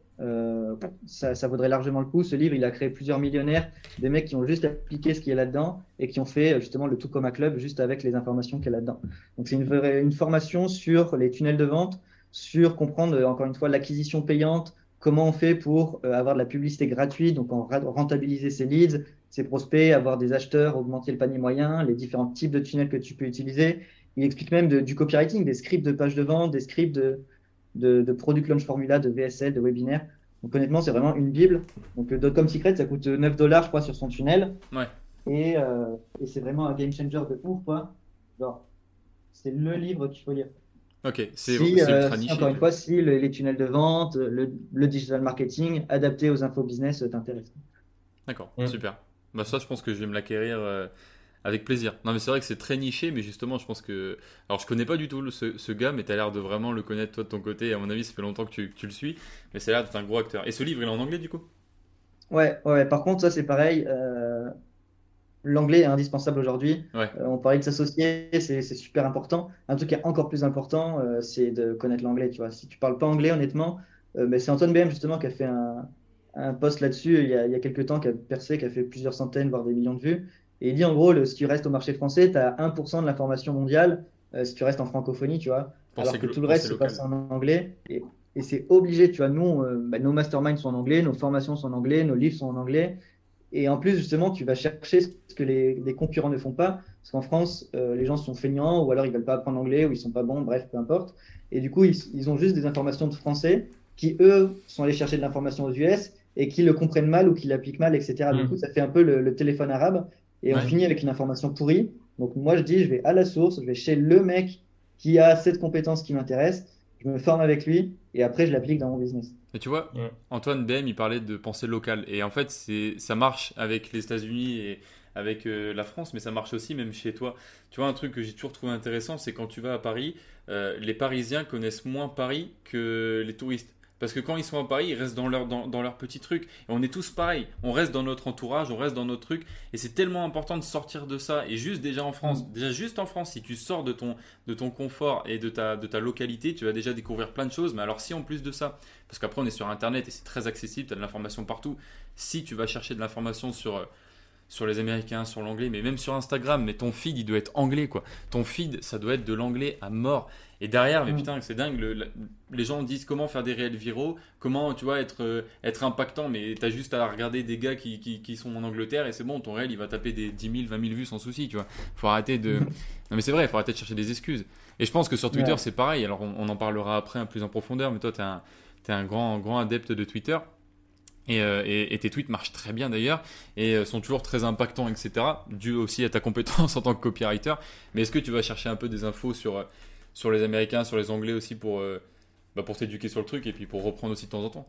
Ça vaudrait largement le coup. Ce livre, il a créé plusieurs millionnaires, des mecs qui ont juste appliqué ce qu'il y a là-dedans et qui ont fait justement le Tout Coma Club juste avec les informations qu'il y a là-dedans. Donc, c'est une formation sur les tunnels de vente, sur comprendre encore une fois l'acquisition payante, comment on fait pour avoir de la publicité gratuite, donc rentabiliser ses leads, ses prospects, avoir des acheteurs, augmenter le panier moyen, les différents types de tunnels que tu peux utiliser. Il explique même du copywriting, des scripts de pages de vente, des scripts de product launch formula, de VSL, de webinaire. Donc honnêtement, c'est vraiment une bible. Donc Dotcom Secret, ça coûte 9 dollars, je crois, sur son tunnel. Ouais. Et c'est vraiment un game changer de ouf, quoi. Genre, c'est le livre qu'il faut lire. Ok. Si, C'est ultra niché, encore une quoi. fois, si les tunnels de vente, le digital marketing adapté aux infos business t'intéressent. D'accord, Mm. super. Bah ça, je pense que je vais me l'acquérir Avec plaisir. Non, mais c'est vrai que c'est très niché, mais justement, je pense que. Alors, je connais pas du tout ce gars, mais tu as l'air de vraiment le connaître toi de ton côté. Et à mon avis, ça fait longtemps que tu le suis, mais ça a l'air d'être un gros acteur. Et ce livre, il est en anglais du coup? Ouais, ouais. Par contre, ça, c'est pareil. L'anglais est indispensable aujourd'hui. Ouais, On parlait de s'associer, c'est super important. Un truc qui est encore plus important, c'est de connaître l'anglais. Tu vois, si tu parles pas anglais, honnêtement, mais c'est Antoine BM justement qui a fait un post là-dessus il y a quelques temps, qui a percé, qui a fait plusieurs centaines, voire des millions de vues. Et il dit en gros, si tu restes au marché français, tu as 1% de l'information mondiale si tu restes en francophonie, tu vois, alors que tout le reste pensée se passe locale. en anglais. Et c'est obligé, tu vois. Nous, nos masterminds sont en anglais, nos formations sont en anglais, nos livres sont en anglais. Et en plus, justement, tu vas chercher ce que les concurrents ne font pas. Parce qu'en France, les gens sont feignants ou alors ils veulent pas apprendre l'anglais ou ils sont pas bons, bref, peu importe. Et du coup, ils ont juste des informations de français qui, eux, sont allés chercher de l'information aux US et qui le comprennent mal ou qui l'appliquent mal, etc. Du coup, Hmm. ça fait un peu le téléphone arabe et on Ouais. finit avec une information pourrie. Donc, moi, je dis, je vais à la source, je vais chez le mec qui a cette compétence qui m'intéresse, je me forme avec lui et après, je l'applique dans mon business. Et tu vois, Ouais. Antoine BM, il parlait de pensée locale. Et en fait, ça marche avec les États-Unis et avec la France, mais ça marche aussi même chez toi. Tu vois, un truc que j'ai toujours trouvé intéressant, c'est quand tu vas à Paris, les Parisiens connaissent moins Paris que les touristes. Parce que quand ils sont à Paris, ils restent dans leur petit truc. Et on est tous pareils. On reste dans notre entourage, on reste dans notre truc. Et c'est tellement important de sortir de ça. Et juste déjà en France, Mm. déjà juste en France, si tu sors de ton confort et de ta localité, tu vas déjà découvrir plein de choses. Mais alors si en plus de ça, parce qu'après on est sur Internet et c'est très accessible, tu as de l'information partout. Si tu vas chercher de l'information sur les Américains, sur l'anglais, mais même sur Instagram, mais ton feed il doit être anglais quoi. Ton feed ça doit être de l'anglais à mort. Et derrière, mais Mm. putain, c'est dingue, les gens disent comment faire des réels viraux, comment tu vois être impactant, mais t'as juste à regarder des gars qui sont en Angleterre et c'est bon, ton réel il va taper des 10 000, 20 000 vues sans souci, tu vois. Faut arrêter de. Non mais c'est vrai, il faut arrêter de chercher des excuses. Et je pense que sur Twitter Ouais. c'est pareil, alors on en parlera après un plus en profondeur, mais toi t'es un grand adepte de Twitter. Et tes tweets marchent très bien d'ailleurs et sont toujours très impactants, etc. Dû aussi à ta compétence en tant que copywriter. Mais est-ce que tu vas chercher un peu des infos sur les Américains, sur les Anglais aussi pour t'éduquer sur le truc et puis pour reprendre aussi de temps en temps?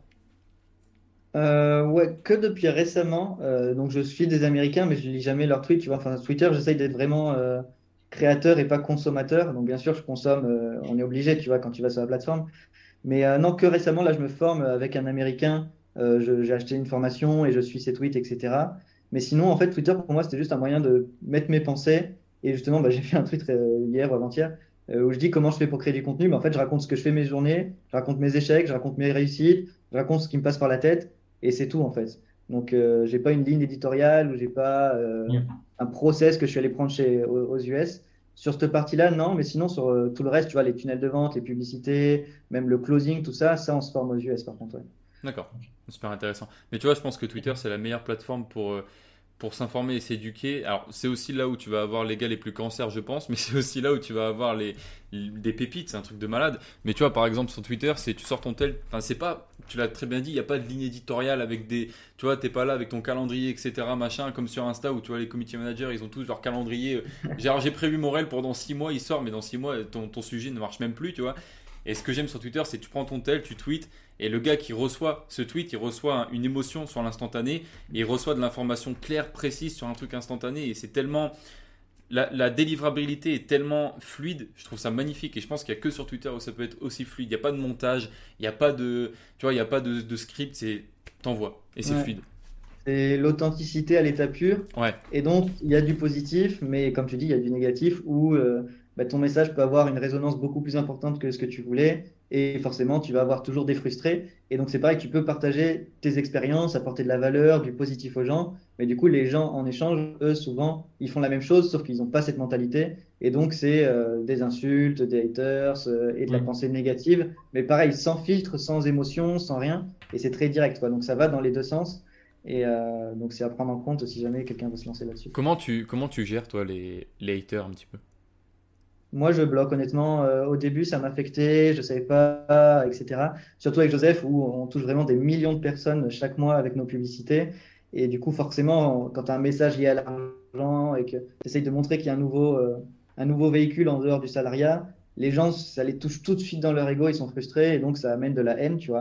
Ouais, que depuis récemment. Donc, je suis des Américains, mais je lis jamais leurs tweets. Tu vois, enfin, Twitter, j'essaye d'être vraiment créateur et pas consommateur. Donc, bien sûr, je consomme. On est obligé, tu vois, quand tu vas sur la plateforme. Mais non, que récemment, là, je me forme avec un Américain. J'ai acheté une formation et je suis ses tweets, etc. Mais sinon, en fait, Twitter, pour moi, c'était juste un moyen de mettre mes pensées. Et justement, bah, j'ai fait un tweet hier ou avant-hier où je dis comment je fais pour créer du contenu. Mais en fait, je raconte ce que je fais mes journées, je raconte mes échecs, je raconte mes réussites, je raconte ce qui me passe par la tête. Et c'est tout, en fait. Donc, j'ai pas une ligne éditoriale ou j'ai pas un process que je suis allé prendre aux US. Sur cette partie-là, non, mais sinon, sur tout le reste, tu vois, les tunnels de vente, les publicités, même le closing, tout ça, ça, on se forme aux US, par contre, ouais. D'accord, super intéressant. Mais tu vois, je pense que Twitter c'est la meilleure plateforme pour s'informer et s'éduquer. Alors, c'est aussi là où tu vas avoir les gars les plus cancers, je pense, mais c'est aussi là où tu vas avoir des pépites, c'est un truc de malade. Mais tu vois, par exemple, sur Twitter, c'est tu sors ton tel. Enfin, c'est pas. Tu l'as très bien dit, il n'y a pas de ligne éditoriale avec des. Tu vois, t'es pas là avec ton calendrier, etc. Machin, comme sur Insta où tu vois, les community managers, ils ont tous leur calendrier. Genre, j'ai prévu mon reel pour dans 6 mois, il sort, mais dans 6 mois, ton sujet ne marche même plus, tu vois. Et ce que j'aime sur Twitter, c'est que tu prends ton tel, tu tweets, et le gars qui reçoit ce tweet, il reçoit une émotion sur l'instantané, et il reçoit de l'information claire, précise sur un truc instantané, et c'est tellement. La délivrabilité est tellement fluide, je trouve ça magnifique, et je pense qu'il n'y a que sur Twitter où ça peut être aussi fluide. Il n'y a pas de montage, il n'y a pas de. Tu vois, il n'y a pas de script, c'est. T'envoies, et c'est Ouais. fluide. C'est l'authenticité à l'état pur. Ouais, Et donc, il y a du positif, mais comme tu dis, il y a du négatif où bah, ton message peut avoir une résonance beaucoup plus importante que ce que tu voulais. Et forcément, tu vas avoir toujours des frustrés. Et donc, c'est pareil, tu peux partager tes expériences, apporter de la valeur, du positif aux gens. Mais du coup, les gens, en échange, eux, souvent, ils font la même chose, sauf qu'ils n'ont pas cette mentalité. Et donc, c'est des insultes, des haters et de la Hmm. pensée négative. Mais pareil, sans filtre, sans émotion, sans rien. Et c'est très direct, quoi. Donc, ça va dans les deux sens. Et donc, c'est à prendre en compte si jamais quelqu'un veut se lancer là-dessus. comment tu gères, toi, les haters un petit peu? Moi, je bloque, honnêtement. Au début, ça m'affectait, je savais pas, etc. Surtout avec Joseph, où on touche vraiment des millions de personnes chaque mois avec nos publicités. Et du coup, forcément, quand tu as un message lié à l'argent et que tu essayes de montrer qu'il y a un nouveau véhicule en dehors du salariat, les gens, ça les touche tout de suite dans leur ego, ils sont frustrés et donc ça amène de la haine, tu vois.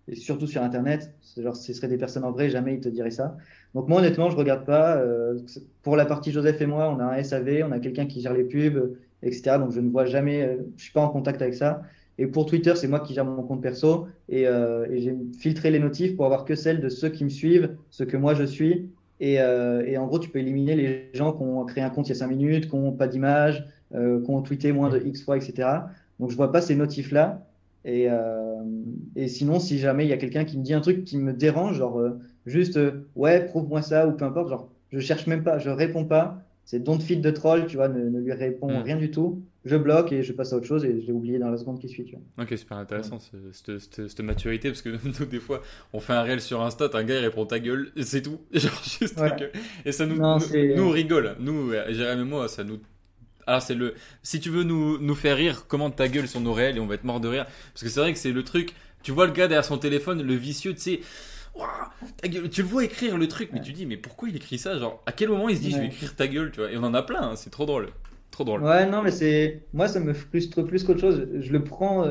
et surtout sur Internet. Genre, ce serait des personnes en vrai, jamais ils te diraient ça. Donc moi, honnêtement, je regarde pas. Pour la partie Joseph et moi, on a un SAV, on a quelqu'un qui gère les pubs, etc. Donc je ne vois jamais, je suis pas en contact avec ça. Et pour Twitter, c'est moi qui gère mon compte perso et j'ai filtré les notifs pour avoir que celles de ceux qui me suivent, ceux que moi je suis. Et en gros, tu peux éliminer les gens qui ont créé un compte il y a 5 minutes, qui n'ont pas d'image, qui ont tweeté moins de X fois, etc. Donc je vois pas ces notifs-là. Et, euh, et sinon, si jamais il y a quelqu'un qui me dit un truc qui me dérange, genre juste ouais, prouve-moi ça ou peu importe, genre je cherche même pas, je réponds pas. C'est don't feed de troll, tu vois, ne lui réponds Hmm. rien du tout. Je bloque et je passe à autre chose et je l'ai oublié dans la seconde qui suit, tu vois. Ok, super intéressant cette maturité parce que nous, des fois, on fait un réel sur Insta, un gars il répond ta gueule, et c'est tout. Genre juste ta Ouais. gueule. Et ça Non, nous on c'est. rigole. Nous, Jérémy et moi, ça nous. Alors, c'est le. Si tu veux nous faire rire, commente ta gueule sur nos réels et on va être mort de rire. Parce que c'est vrai que c'est le truc. Tu vois le gars derrière son téléphone, le vicieux, tu sais. Ouah, ta gueule. Tu le vois écrire le truc, mais tu dis, mais pourquoi il écrit ça? Genre, à quel moment il se dit, je vais Ouais. écrire ta gueule, tu vois? Et on en a plein, hein, c'est trop drôle. Trop drôle. Ouais, non, mais c'est. Moi, ça me frustre plus qu'autre chose. Je le prends.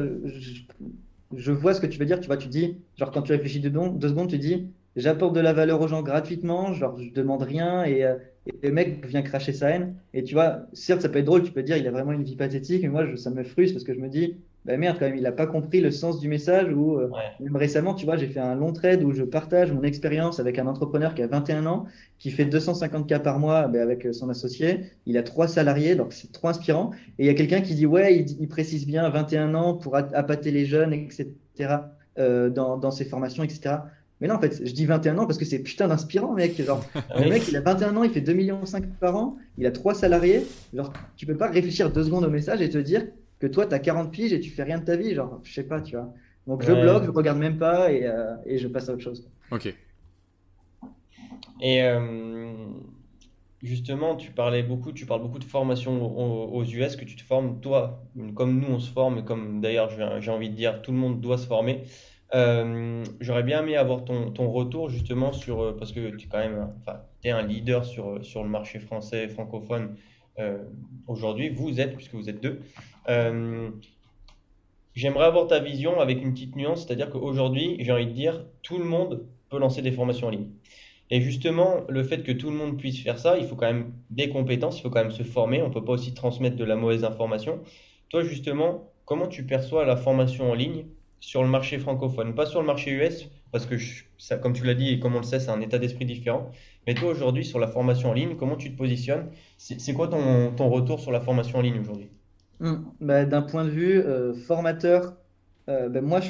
Je vois ce que tu veux dire. Tu vois, tu dis, genre, quand tu réfléchis 2 secondes, tu dis, j'apporte de la valeur aux gens gratuitement, genre, je demande rien et le mec vient cracher sa haine. Et tu vois, certes, ça peut être drôle, tu peux dire, il a vraiment une vie pathétique, mais moi, ça me frustre parce que je me dis, bah merde, quand même, il a pas compris le sens du message ou Ouais. même récemment, tu vois, j'ai fait un long trade où je partage mon expérience avec un entrepreneur qui a 21 ans, qui fait 250K par mois ben, avec son associé. Il a 3 salariés, donc c'est trop inspirant. Et il y a quelqu'un qui dit, ouais, il précise bien 21 ans pour appâter les jeunes, etc., dans ses formations, etc. Mais là, en fait, je dis 21 ans parce que c'est putain d'inspirant, mec. Genre, Ah le oui. mec, il a 21 ans, il fait 2,5 millions par an, il a 3 salariés. Genre, tu peux pas réfléchir 2 secondes au message et te dire que toi, tu as 40 piges et tu fais rien de ta vie. Genre, je sais pas, tu vois. Donc, je bloque, je Ouais. regarde même pas et je passe à autre chose. Ok. Et justement, tu parles beaucoup de formation aux US, que tu te formes, toi, comme nous on se forme, et comme d'ailleurs j'ai envie de dire, tout le monde doit se former. J'aurais bien aimé avoir ton retour justement sur, parce que tu es quand même, enfin, t'es un leader sur le marché français francophone aujourd'hui, puisque vous êtes deux. Euh, J'aimerais avoir ta vision avec une petite nuance, c'est-à-dire qu'aujourd'hui, j'ai envie de dire, tout le monde peut lancer des formations en ligne. Et justement, le fait que tout le monde puisse faire ça, il faut quand même des compétences, il faut quand même se former, on ne peut pas aussi transmettre de la mauvaise information. Toi, justement, comment tu perçois la formation en ligne sur le marché francophone? Pas sur le marché US, parce que ça, comme tu l'as dit et comme on le sait, c'est un état d'esprit différent. Mais toi, aujourd'hui, sur la formation en ligne, comment tu te positionnes? C'est quoi ton retour sur la formation en ligne aujourd'hui? Bah, d'un point de vue formateur, bah, moi,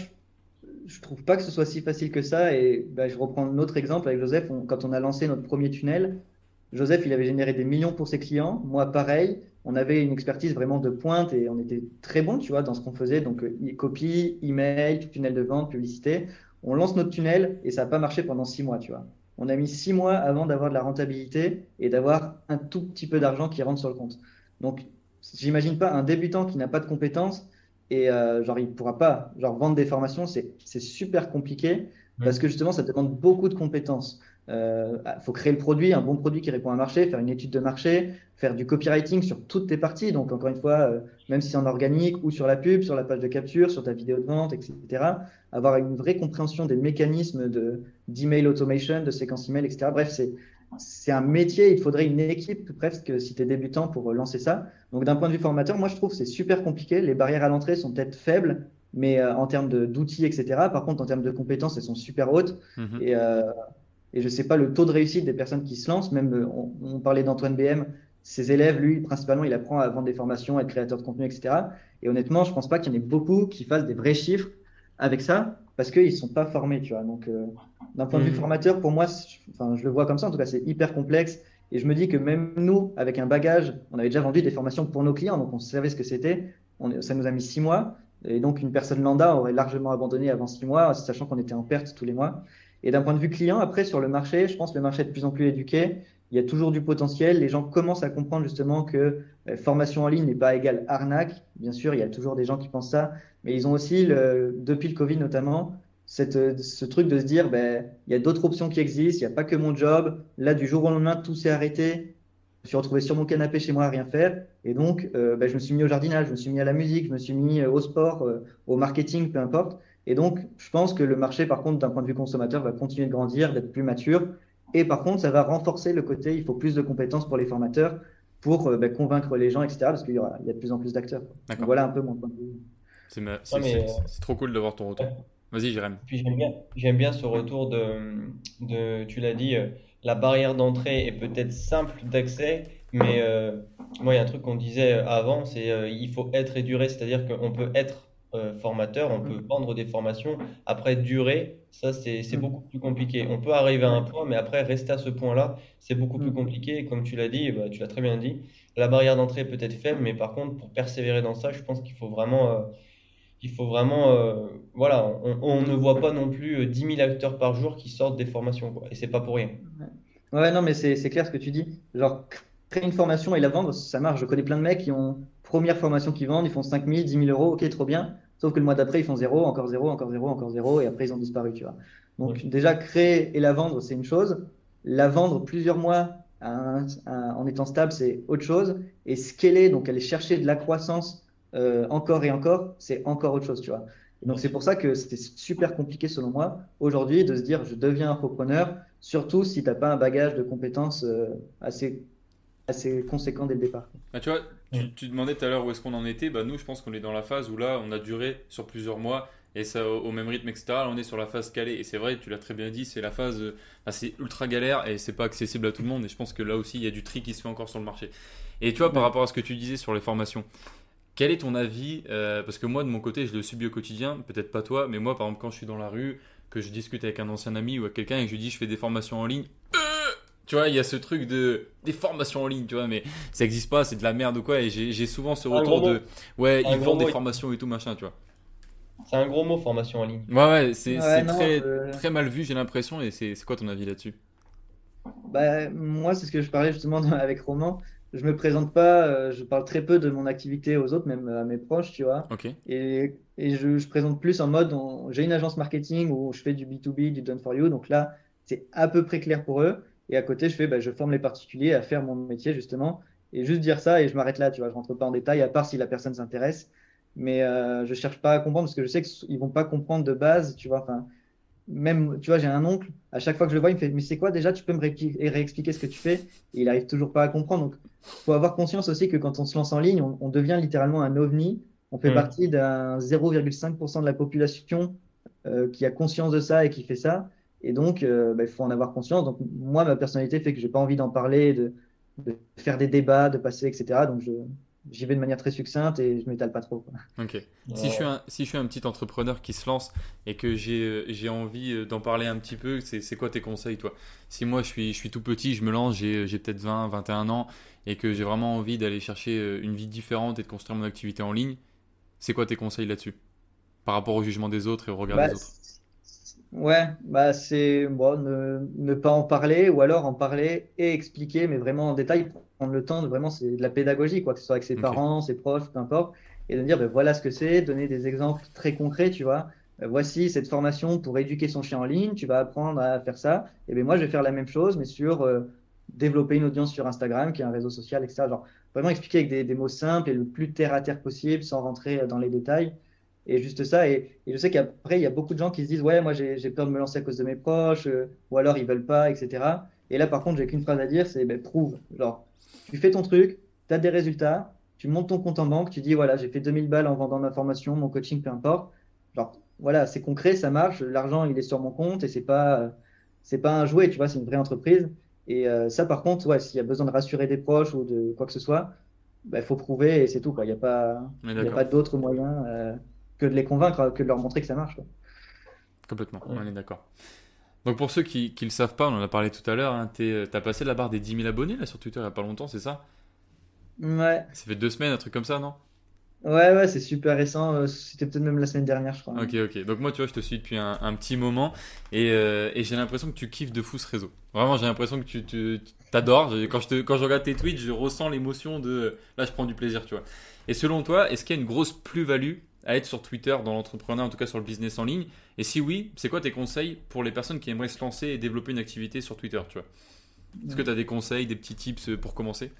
je trouve pas que ce soit si facile que ça. Et bah, je reprends un autre exemple avec Joseph. Quand on a lancé notre premier tunnel, Joseph, il avait généré des millions pour ses clients. Moi, pareil. On avait une expertise vraiment de pointe et on était très bon, tu vois, dans ce qu'on faisait. Donc, copie, email, tunnel de vente, publicité. On lance notre tunnel et ça n'a pas marché pendant 6 mois, tu vois. On a mis 6 mois avant d'avoir de la rentabilité et d'avoir un tout petit peu d'argent qui rentre sur le compte. Donc, j'imagine pas un débutant qui n'a pas de compétences et genre il pourra pas genre vendre des formations, c'est super compliqué parce que justement ça demande beaucoup de compétences. Faut créer le produit, un bon produit qui répond à un marché, faire une étude de marché, faire du copywriting sur toutes tes parties. Donc encore une fois, même si c'est en organique ou sur la pub, sur la page de capture, sur ta vidéo de vente, etc. Avoir une vraie compréhension des mécanismes d'email automation, de séquence email, etc. Bref, c'est un métier, il te faudrait une équipe presque si tu es débutant pour lancer ça. Donc d'un point de vue formateur, moi je trouve que c'est super compliqué. Les barrières à l'entrée sont peut-être faibles, mais en termes d'outils, etc. Par contre, en termes de compétences, elles sont super hautes. Mhm. Et, euh, et je ne sais pas le taux de réussite des personnes qui se lancent. Même on parlait d'Antoine BM, ses élèves, lui, principalement, il apprend à vendre des formations, à être créateur de contenu, etc. Et honnêtement, je ne pense pas qu'il y en ait beaucoup qui fassent des vrais chiffres avec ça parce qu'ils ne sont pas formés, tu vois. Donc d'un point de vue Mhm. formateur, pour moi, enfin, je le vois comme ça. En tout cas, c'est hyper complexe. Et je me dis que même nous, avec un bagage, on avait déjà vendu des formations pour nos clients, donc on savait ce que c'était. Ça nous a mis 6 mois. Et donc, une personne lambda aurait largement abandonné avant 6 mois, sachant qu'on était en perte tous les mois. Et d'un point de vue client, après, sur le marché, je pense que le marché est de plus en plus éduqué. Il y a toujours du potentiel. Les gens commencent à comprendre justement que formation en ligne n'est pas égale arnaque. Bien sûr, il y a toujours des gens qui pensent ça. Mais ils ont aussi, depuis le Covid notamment, ce truc de se dire, ben, il y a d'autres options qui existent, il n'y a pas que mon job. Là, du jour au lendemain, tout s'est arrêté. Je me suis retrouvé sur mon canapé chez moi à rien faire. Et donc, ben, je me suis mis au jardinage, je me suis mis à la musique, je me suis mis au sport, au marketing, peu importe. Et donc, je pense que le marché, par contre, d'un point de vue consommateur, va continuer de grandir, d'être plus mature. Et par contre, ça va renforcer le côté, il faut plus de compétences pour les formateurs pour convaincre les gens, etc. Parce il y a de plus en plus d'acteurs. Donc D'accord. voilà un peu mon point de vue. Ouais, mais C'est trop cool d'avoir ton retour. Vas-y, Jérém. puis j'aime bien ce retour tu l'as dit, la barrière d'entrée est peut-être simple d'accès, mais moi il y a un truc qu'on disait avant, c'est il faut être et durer, c'est-à-dire qu'on peut être formateur, on peut Mm. vendre des formations, après durer, ça c'est Mm. beaucoup plus compliqué. On peut arriver à un Ouais. point, mais après rester à ce point-là, c'est beaucoup plus Mm. compliqué. Et comme tu l'as dit, bah, tu l'as très bien dit, la barrière d'entrée est peut-être faible, mais par contre pour persévérer dans ça, je pense qu'il faut vraiment, voilà, on ne voit pas non plus 10 000 acteurs par jour qui sortent des formations, quoi. Et c'est pas pour rien. Ouais, non, mais c'est clair ce que tu dis. Genre, créer une formation et la vendre, ça marche. Je connais plein de mecs qui ont première formation qu'ils vendent, ils font 5 000, 10 000 euros, ok, trop bien. Sauf que le mois d'après, ils font zéro, encore zéro, encore zéro, encore zéro, et après, ils ont disparu, tu vois. Donc, Ouais. déjà, créer et la vendre, c'est une chose. La vendre plusieurs mois en étant stable, c'est autre chose. Et scaler, donc aller chercher de la croissance encore et encore, c'est encore autre chose, tu vois. Et donc, Bien c'est sûr. pour ça que c'était super compliqué, selon moi, aujourd'hui, de se dire, je deviens infopreneur. Surtout si tu n'as pas un bagage de compétences assez conséquent dès le départ. Bah, tu vois, Mm. tu demandais tout à l'heure où est-ce qu'on en était. Bah, nous, je pense qu'on est dans la phase où là, on a duré sur plusieurs mois et ça au même rythme, etc. Là, on est sur la phase calée. Et c'est vrai, tu l'as très bien dit, c'est la phase, c'est ultra galère et c'est pas accessible à tout le monde. Et je pense que là aussi, il y a du tri qui se fait encore sur le marché. Et tu vois, par Ouais. rapport à ce que tu disais sur les formations, quel est ton avis parce que moi, de mon côté, je le subis au quotidien. Peut-être pas toi, mais moi, par exemple, quand je suis dans la rue, que je discute avec un ancien ami ou avec quelqu'un et que je lui dis je fais des formations en ligne. Tu vois, il y a ce truc de des formations en ligne, tu vois, mais ça existe pas, c'est de la merde ou quoi. Et j'ai souvent ce Un gros retour de mot. ouais, Un ils gros vendent des mot. formations et tout machin, tu vois. C'est un gros mot, formation en ligne. Ouais, ouais, Ouais, c'est non, très très mal vu, j'ai l'impression. Et c'est quoi ton avis là-dessus? moi, c'est ce que je parlais justement avec Roman. Je me présente pas, je parle très peu de mon activité aux autres, même à mes proches, tu vois. Ok, Et je présente plus en mode, j'ai une agence marketing où je fais du B2B, du done for you. Donc là, c'est à peu près clair pour eux. Et à côté, je forme les particuliers à faire mon métier, justement. Et juste dire ça, et je m'arrête là, tu vois. Je rentre pas en détail, à part si la personne s'intéresse. Mais je cherche pas à comprendre parce que je sais qu'ils vont pas comprendre de base, tu vois. Enfin, même, tu vois, j'ai un oncle, à chaque fois que je le vois, il me fait, mais c'est quoi déjà, tu peux me réexpliquer ce que tu fais? Et il arrive toujours pas à comprendre. Donc, faut avoir conscience aussi que quand on se lance en ligne, on devient littéralement un ovni. On fait Mm. partie d'un 0,5% de la population qui a conscience de ça et qui fait ça. Et donc, il faut en avoir conscience. Donc, moi, ma personnalité fait que j'ai pas envie d'en parler, de faire des débats, de passer, etc. Donc, j'y vais de manière très succincte et je m'étale pas trop, quoi. ok. Ouais. Si je suis un petit entrepreneur qui se lance et que j'ai envie d'en parler un petit peu, c'est quoi tes conseils, toi? Si moi je suis tout petit, je me lance, j'ai peut-être 20, 21 ans et que j'ai vraiment envie d'aller chercher une vie différente et de construire mon activité en ligne, c'est quoi tes conseils là-dessus? Par rapport au jugement des autres et au regard Bah, des autres. ouais, bah c'est bon, ne pas en parler ou alors en parler et expliquer, mais vraiment en détail, prendre le temps de vraiment, c'est de la pédagogie, quoi, que ce soit avec ses Ok. parents, ses proches, peu importe, et de dire, ben, voilà ce que c'est, donner des exemples très concrets, tu vois. Voici cette formation pour éduquer son chien en ligne, tu vas apprendre à faire ça, et ben moi je vais faire la même chose, mais sur développer une audience sur Instagram, qui est un réseau social, etc. Genre, vraiment expliquer avec des mots simples et le plus terre à terre possible, sans rentrer dans les détails. Et juste ça, et je sais qu'après, il y a beaucoup de gens qui se disent, ouais, moi j'ai peur de me lancer à cause de mes proches, ou alors ils veulent pas, etc. Et là, par contre, j'ai qu'une phrase à dire, c'est ben, prouve. Genre, tu fais ton truc, tu as des résultats, tu montes ton compte en banque, tu dis, voilà, j'ai fait 2000 balles en vendant ma formation, mon coaching, peu importe. Genre, voilà, c'est concret, ça marche, l'argent, il est sur mon compte et c'est pas un jouet, tu vois, c'est une vraie entreprise. Et ça, par contre, ouais, s'il y a besoin de rassurer des proches ou de quoi que ce soit, il faut prouver et c'est tout, quoi. On est Il y a d'accord. pas d'autre moyen que de les convaincre, que de leur montrer que ça marche, quoi. Complètement. On est Mm. d'accord. Donc pour ceux qui ne le savent pas, on en a parlé tout à l'heure, hein, t'as passé la barre des 10 000 abonnés là sur Twitter il n'y a pas longtemps, c'est ça? Ouais, Ça fait 2 semaines, un truc comme ça, non? ouais, c'est super récent. C'était peut-être même la semaine dernière, je crois. Ok, ok. Donc moi, tu vois, je te suis depuis un petit moment et j'ai l'impression que tu kiffes de fou ce réseau. Vraiment, j'ai l'impression que tu t'adores. Quand je regarde tes tweets, je ressens l'émotion de là, je prends du plaisir, tu vois. Et selon toi, est-ce qu'il y a une grosse plus-value à être sur Twitter dans l'entrepreneuriat, en tout cas sur le business en ligne? Et si oui, c'est quoi tes conseils pour les personnes qui aimeraient se lancer et développer une activité sur Twitter, tu vois? Est-ce que tu as des conseils, des petits tips pour commencer?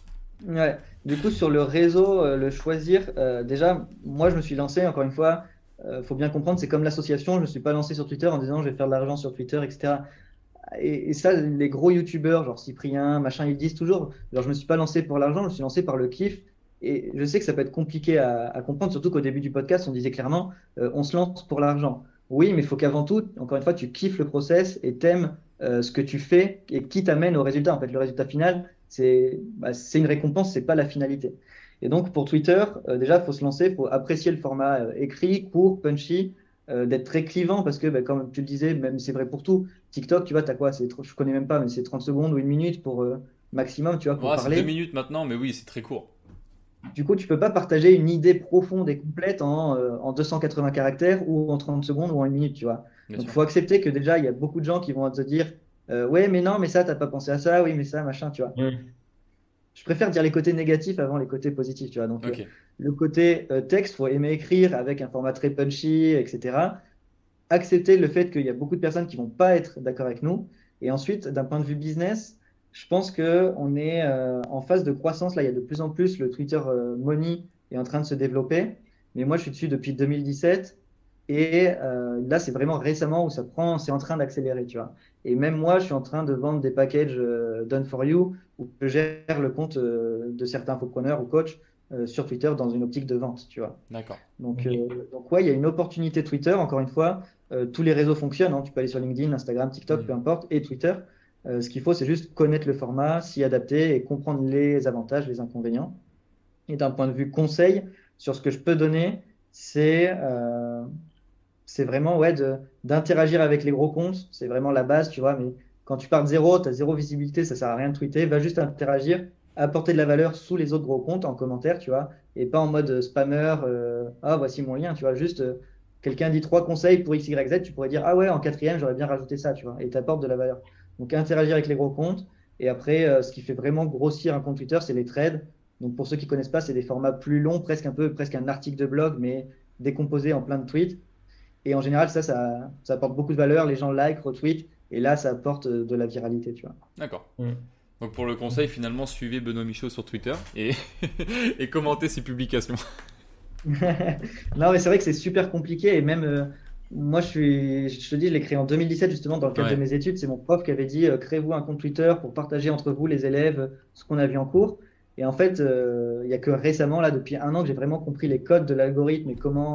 Ouais. Du coup, sur le réseau, le choisir, déjà, moi, je me suis lancé, encore une fois, faut bien comprendre, c'est comme l'association. Je ne me suis pas lancé sur Twitter en disant je vais faire de l'argent sur Twitter, etc. Et ça, les gros youtubeurs, genre Cyprien, machin, ils disent toujours, genre, je me suis pas lancé pour l'argent, je me suis lancé par le kiff. Et je sais que ça peut être compliqué à comprendre, surtout qu'au début du podcast, on disait clairement, on se lance pour l'argent. Oui, mais il faut qu'avant tout, encore une fois, tu kiffes le process et t'aimes ce que tu fais et qui t'amène au résultat. En fait, le résultat final, c'est une récompense, c'est pas la finalité. Et donc, pour Twitter, déjà, il faut se lancer, il faut apprécier le format écrit, court, punchy, d'être très clivant parce que, comme tu le disais, même c'est vrai pour tout. TikTok, tu vois, t'as quoi? Je connais même pas, mais c'est 30 secondes ou une minute pour maximum, tu vois, pour Ouais, c'est 2 parler. minutes maintenant, mais oui, c'est très court. Du coup, tu peux pas partager une idée profonde et complète en 280 caractères ou en 30 secondes ou en une minute, tu vois. Bien Donc, il sûr. faut accepter que déjà, il y a beaucoup de gens qui vont te dire, ouais, mais non, mais ça, t'as pas pensé à ça, oui, mais ça, machin, tu vois. Mm. Je préfère dire les côtés négatifs avant les côtés positifs, tu vois. Donc, Ok. le côté texte, faut aimer écrire avec un format très punchy, etc. Accepter le fait qu'il y a beaucoup de personnes qui vont pas être d'accord avec nous. Et ensuite, d'un point de vue business, je pense que on est en phase de croissance. Là, il y a de plus en plus le Twitter Money est en train de se développer. Mais moi, je suis dessus depuis 2017. Et là, c'est vraiment récemment où c'est en train d'accélérer, tu vois. Et même moi, je suis en train de vendre des packages done for you où je gère le compte de certains infopreneurs ou coachs sur Twitter dans une optique de vente, tu vois. D'accord. Donc, Ok. ouais, il y a une opportunité Twitter, encore une fois. Tous les réseaux fonctionnent, hein. Tu peux aller sur LinkedIn, Instagram, TikTok, peu Hmm. importe, et Twitter. Ce qu'il faut, c'est juste connaître le format, s'y adapter et comprendre les avantages, les inconvénients. Et d'un point de vue conseil, sur ce que je peux donner, c'est c'est vraiment ouais, d'interagir avec les gros comptes. C'est vraiment la base, tu vois. Mais quand tu pars de zéro, tu as zéro visibilité, ça sert à rien de tweeter. Va juste interagir, apporter de la valeur sous les autres gros comptes en commentaire, tu vois. Et pas en mode spammer, ah, voici mon lien, tu vois. Juste, quelqu'un dit trois conseils pour X, Y, Z, tu pourrais dire, ah ouais, en quatrième, j'aurais bien rajouté ça, tu vois. Et tu apportes de la valeur. Donc, interagir avec les gros comptes. Et après, ce qui fait vraiment grossir un compte Twitter, c'est les threads. Donc, pour ceux qui connaissent pas, c'est des formats plus longs, presque un article de blog, mais décomposé en plein de tweets. Et en général, ça apporte beaucoup de valeur. Les gens like, retweetent. Et là, ça apporte de la viralité, tu vois. D'accord. Mm. Donc pour le conseil, finalement, suivez Benoît Michaud sur Twitter et, et commentez ses publications. Non, mais c'est vrai que c'est super compliqué. Et même, moi, je te dis, je l'ai créé en 2017, justement, dans le cadre de Ouais. mes études. C'est mon prof qui avait dit, créez-vous un compte Twitter pour partager entre vous, les élèves, ce qu'on a vu en cours. Et en fait, il n'y a que récemment, là, depuis un an, que j'ai vraiment compris les codes de l'algorithme et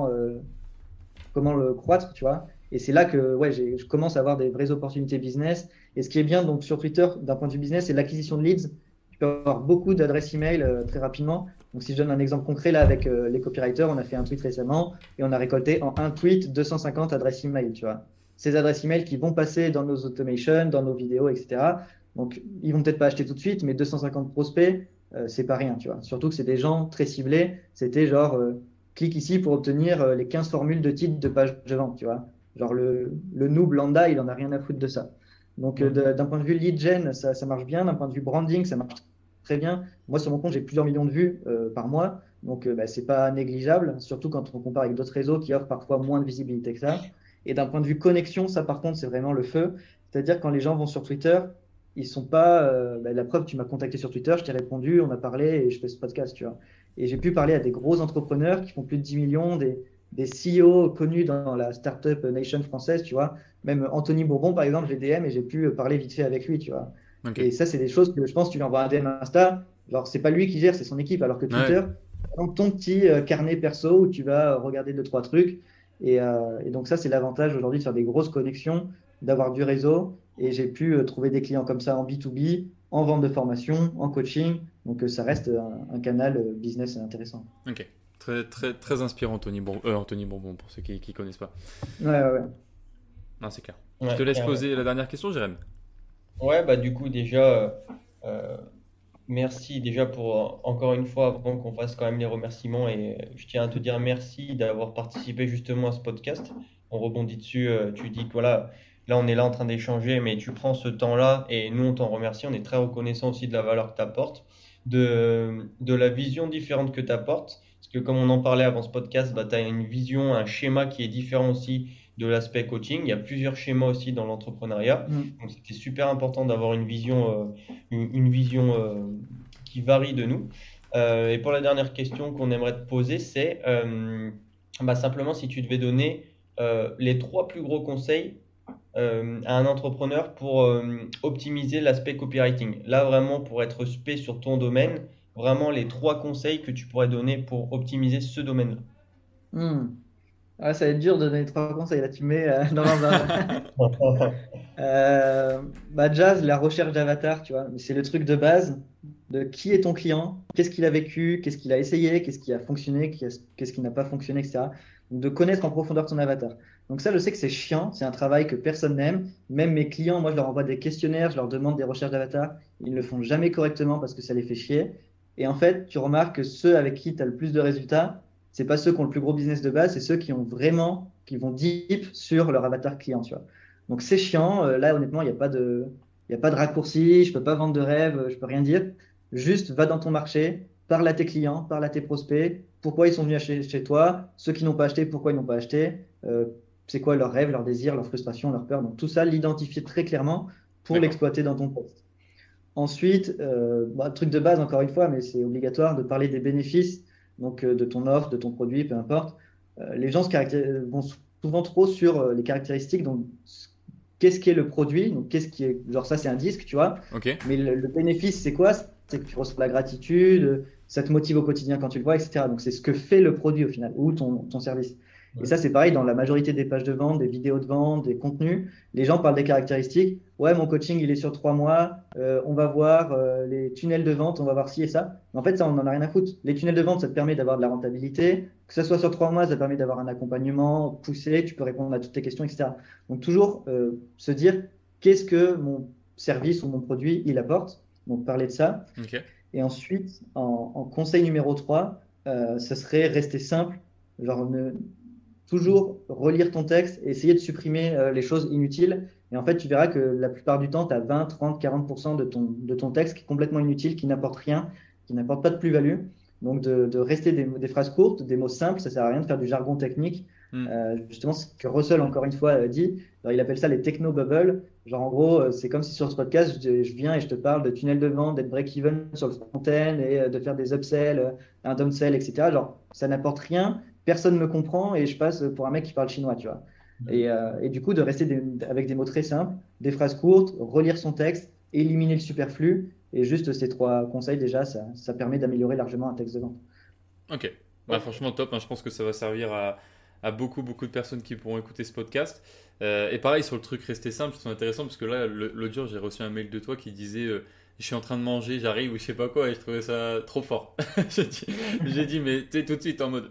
comment le croître, tu vois. Et c'est là que ouais, je commence à avoir des vraies opportunités business. Et ce qui est bien donc sur Twitter, d'un point de vue business, c'est l'acquisition de leads. Tu peux avoir beaucoup d'adresses email très rapidement. Donc, si je donne un exemple concret, là, avec les copywriters, on a fait un tweet récemment et on a récolté en un tweet 250 adresses email, tu vois. Ces adresses email qui vont passer dans nos automations, dans nos vidéos, etc. Donc, ils vont peut-être pas acheter tout de suite, mais 250 prospects, c'est pas rien, tu vois. Surtout que c'est des gens très ciblés. C'était genre, clique ici pour obtenir les 15 formules de titre de page de vente, tu vois. Genre le noob lambda, il en a rien à foutre de ça. Donc Mm. d'un point de vue lead gen, ça marche bien. D'un point de vue branding, ça marche très bien. Moi, sur mon compte, j'ai plusieurs millions de vues par mois. Donc c'est pas négligeable, surtout quand on compare avec d'autres réseaux qui offrent parfois moins de visibilité que ça. Et d'un point de vue connexion, ça par contre, c'est vraiment le feu. C'est-à-dire quand les gens vont sur Twitter, ils sont pas. La preuve, tu m'as contacté sur Twitter, je t'ai répondu, on a parlé et je fais ce podcast, tu vois. Et j'ai pu parler à des gros entrepreneurs qui font plus de 10 millions, des CEO connus dans la startup nation française, tu vois. Même Anthony Bourbon, par exemple, j'ai DM et j'ai pu parler vite fait avec lui, tu vois. Ok. Et ça, c'est des choses que je pense, tu lui envoies un DM Insta, genre, c'est pas lui qui gère, c'est son équipe, alors que Ouais. Twitter, c'est vraiment ton petit carnet perso où tu vas regarder deux, trois trucs. Et donc, ça, c'est l'avantage aujourd'hui de faire des grosses connexions, d'avoir du réseau. Et j'ai pu trouver des clients comme ça en B2B, en vente de formation, en coaching. Donc, ça reste un canal business intéressant. Ok. Très, très, très inspirant, Anthony Bourbon, pour ceux qui ne connaissent pas. Ouais, ouais, ouais. Non, c'est clair. Je te Ouais, laisse carrément. poser la dernière question, Jérém. Ouais, bah du coup déjà, euh, merci déjà pour encore une fois, avant qu'on fasse quand même les remerciements, et je tiens à te dire merci d'avoir participé justement à ce podcast. On rebondit dessus, tu dis que voilà, là on est là en train d'échanger, mais tu prends ce temps-là et nous on t'en remercie. On est très reconnaissant aussi de la valeur que tu apportes, de la vision différente que tu apportes. Parce que comme on en parlait avant ce podcast, bah, tu as une vision, un schéma qui est différent aussi de l'aspect coaching. Il y a plusieurs schémas aussi dans l'entrepreneuriat. Mm. Donc c'était super important d'avoir une vision qui varie de nous. Et pour la dernière question qu'on aimerait te poser, c'est Bah, simplement, si tu devais donner les trois plus gros conseils à un entrepreneur pour optimiser l'aspect copywriting. Là, vraiment, pour être spé sur ton domaine, vraiment les trois conseils que tu pourrais donner pour optimiser ce domaine-là. Hmm. Ah, ça va être dur de donner trois conseils. Là, tu me mets dans l'embarras. Bah, Jazz, la recherche d'avatar, tu vois, c'est le truc de base de qui est ton client, qu'est-ce qu'il a vécu, qu'est-ce qu'il a essayé, qu'est-ce qui a fonctionné, qu'est-ce qui n'a pas fonctionné, etc. Donc, de connaître en profondeur ton avatar. Donc ça, je sais que c'est chiant, c'est un travail que personne n'aime. Même mes clients, moi, je leur envoie des questionnaires, je leur demande des recherches d'avatar. Ils ne le font jamais correctement parce que ça les fait chier. Et en fait, tu remarques que ceux avec qui tu as le plus de résultats, c'est pas ceux qui ont le plus gros business de base, c'est ceux qui ont vraiment, qui vont deep sur leur avatar client, tu vois. Donc c'est chiant. Là, honnêtement, il y a pas de raccourci. Je peux pas vendre de rêve. Je peux rien dire. Juste va dans ton marché, parle à tes clients, parle à tes prospects. Pourquoi ils sont venus chez toi? Ceux qui n'ont pas acheté, pourquoi ils n'ont pas acheté? C'est quoi leurs rêves, leurs désirs, leurs frustrations, leurs peurs? Donc tout ça, l'identifier très clairement pour D'accord. l'exploiter dans ton poste. Ensuite, bah, truc de base encore une fois, mais c'est obligatoire de parler des bénéfices, donc de ton offre, de ton produit, peu importe. Les gens vont souvent trop sur les caractéristiques, donc qu'est-ce qui est le produit, donc qu'est-ce qui est, genre ça c'est un disque, tu vois, Ok. mais le bénéfice c'est quoi? C'est que tu reçois de la gratitude, ça te motive au quotidien quand tu le vois, etc. Donc c'est ce que fait le produit au final, ou ton service. Et Ouais. ça c'est pareil dans la majorité des pages de vente, des vidéos de vente, des contenus, les gens parlent des caractéristiques. Ouais, mon coaching il est sur 3 mois, on va voir les tunnels de vente, on va voir ci et ça. Mais en fait ça on en a rien à foutre. Les tunnels de vente ça te permet d'avoir de la rentabilité, que ce soit sur 3 mois ça te permet d'avoir un accompagnement poussé, tu peux répondre à toutes tes questions, etc. Donc toujours se dire qu'est-ce que mon service ou mon produit il apporte. Donc parler de ça. Ok. Et ensuite, en conseil numéro 3, ce serait rester simple, genre toujours relire ton texte et essayer de supprimer les choses inutiles. Et en fait, tu verras que la plupart du temps, tu as 20, 30, 40% de ton texte qui est complètement inutile, qui n'apporte rien, qui n'apporte pas de plus-value. Donc, de rester des phrases courtes, des mots simples, ça sert à rien de faire du jargon technique. Hmm. Justement, ce que Russell, encore une fois, dit, alors, il appelle ça les techno-bubbles. Genre, en gros, c'est comme si sur ce podcast, je viens et je te parle de tunnel de vente, d'être break-even sur le front-end et de faire des upsells, un downsell, etc. Genre, ça n'apporte rien, personne ne me comprend et je passe pour un mec qui parle chinois, tu vois. Et du coup, de rester avec des mots très simples, des phrases courtes, relire son texte, éliminer le superflu. Et juste ces trois conseils, déjà, ça permet d'améliorer largement un texte de vente. Ok. Bah, franchement, top, hein. Je pense que ça va servir à beaucoup, beaucoup de personnes qui pourront écouter ce podcast. Et pareil, sur le truc rester simple, c'est intéressant parce que là, l'autre jour, j'ai reçu un mail de toi qui disait je suis en train de manger, j'arrive ou je sais pas quoi, et je trouvais ça trop fort. J'ai dit, j'ai dit, mais tu es tout de suite en mode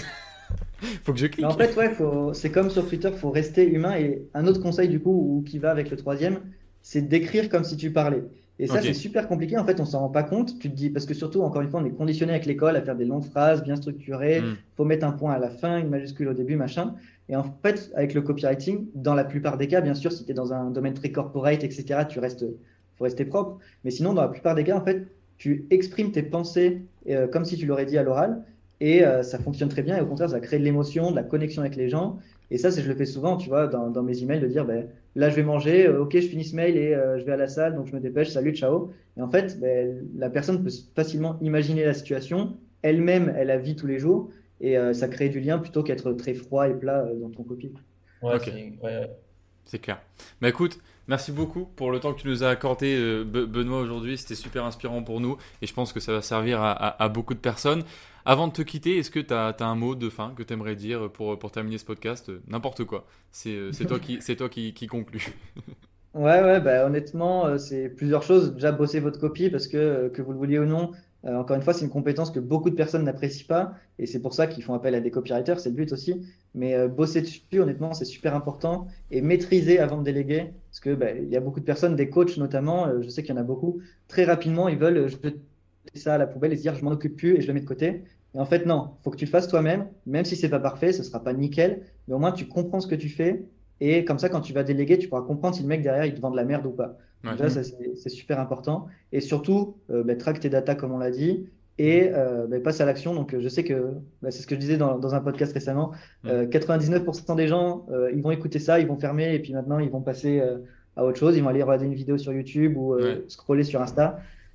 faut que je Mais en clique. fait, ouais, c'est comme sur Twitter, il faut rester humain. Et un autre conseil, du coup, ou qui va avec le troisième, c'est d'écrire comme si tu parlais. Et ça, Ok. c'est super compliqué. En fait, on s'en rend pas compte. Tu te dis, parce que surtout, encore une fois, on est conditionné avec l'école à faire des longues phrases bien structurées. Hmm. Faut mettre un point à la fin, une majuscule au début, machin. Et en fait, avec le copywriting, dans la plupart des cas, bien sûr, si tu es dans un domaine très corporate, etc., faut rester propre. Mais sinon, dans la plupart des cas, en fait, tu exprimes tes pensées comme si tu l'aurais dit à l'oral. Et ça fonctionne très bien. Et au contraire, ça crée de l'émotion, de la connexion avec les gens. Et ça, je le fais souvent, tu vois, dans mes emails, de dire, ben, là, je vais manger, ok, je finis ce mail et je vais à la salle, donc je me dépêche, salut, ciao. Et en fait, ben, la personne peut facilement imaginer la situation. Elle-même, elle la vit tous les jours. Et ça crée du lien plutôt qu'être très froid et plat dans ton copie. Ouais, Ok. ouais. C'est clair. Bah écoute, merci beaucoup pour le temps que tu nous as accordé, Benoît, aujourd'hui. C'était super inspirant pour nous et je pense que ça va servir à beaucoup de personnes. Avant de te quitter, est-ce que tu as un mot de fin que tu aimerais dire pour terminer ce podcast? N'importe quoi. C'est toi qui conclus. Ouais, bah, honnêtement, c'est plusieurs choses. Déjà, bosser votre copie parce que vous le vouliez ou non, encore une fois, c'est une compétence que beaucoup de personnes n'apprécient pas et c'est pour ça qu'ils font appel à des copywriters, c'est le but aussi. Mais bosser dessus, honnêtement, c'est super important et maîtriser avant de déléguer parce que bah, il y a beaucoup de personnes, des coachs notamment, je sais qu'il y en a beaucoup, très rapidement, ils veulent jeter ça à la poubelle et se dire je m'en occupe plus et je le mets de côté. Et en fait, non, faut que tu le fasses toi-même, même si c'est pas parfait, ce sera pas nickel, mais au moins tu comprends ce que tu fais et comme ça, quand tu vas déléguer, tu pourras comprendre si le mec derrière, il te vend de la merde ou pas. Ouais. Donc déjà, ça, c'est super important. Et surtout, bah, traque tes datas, comme on l'a dit, et bah, passe à l'action. Donc, je sais que bah, c'est ce que je disais dans un podcast récemment. Mm. 99% des gens, ils vont écouter ça, ils vont fermer, et puis maintenant, ils vont passer à autre chose. Ils vont aller regarder une vidéo sur YouTube ou Ouais. scroller sur Insta.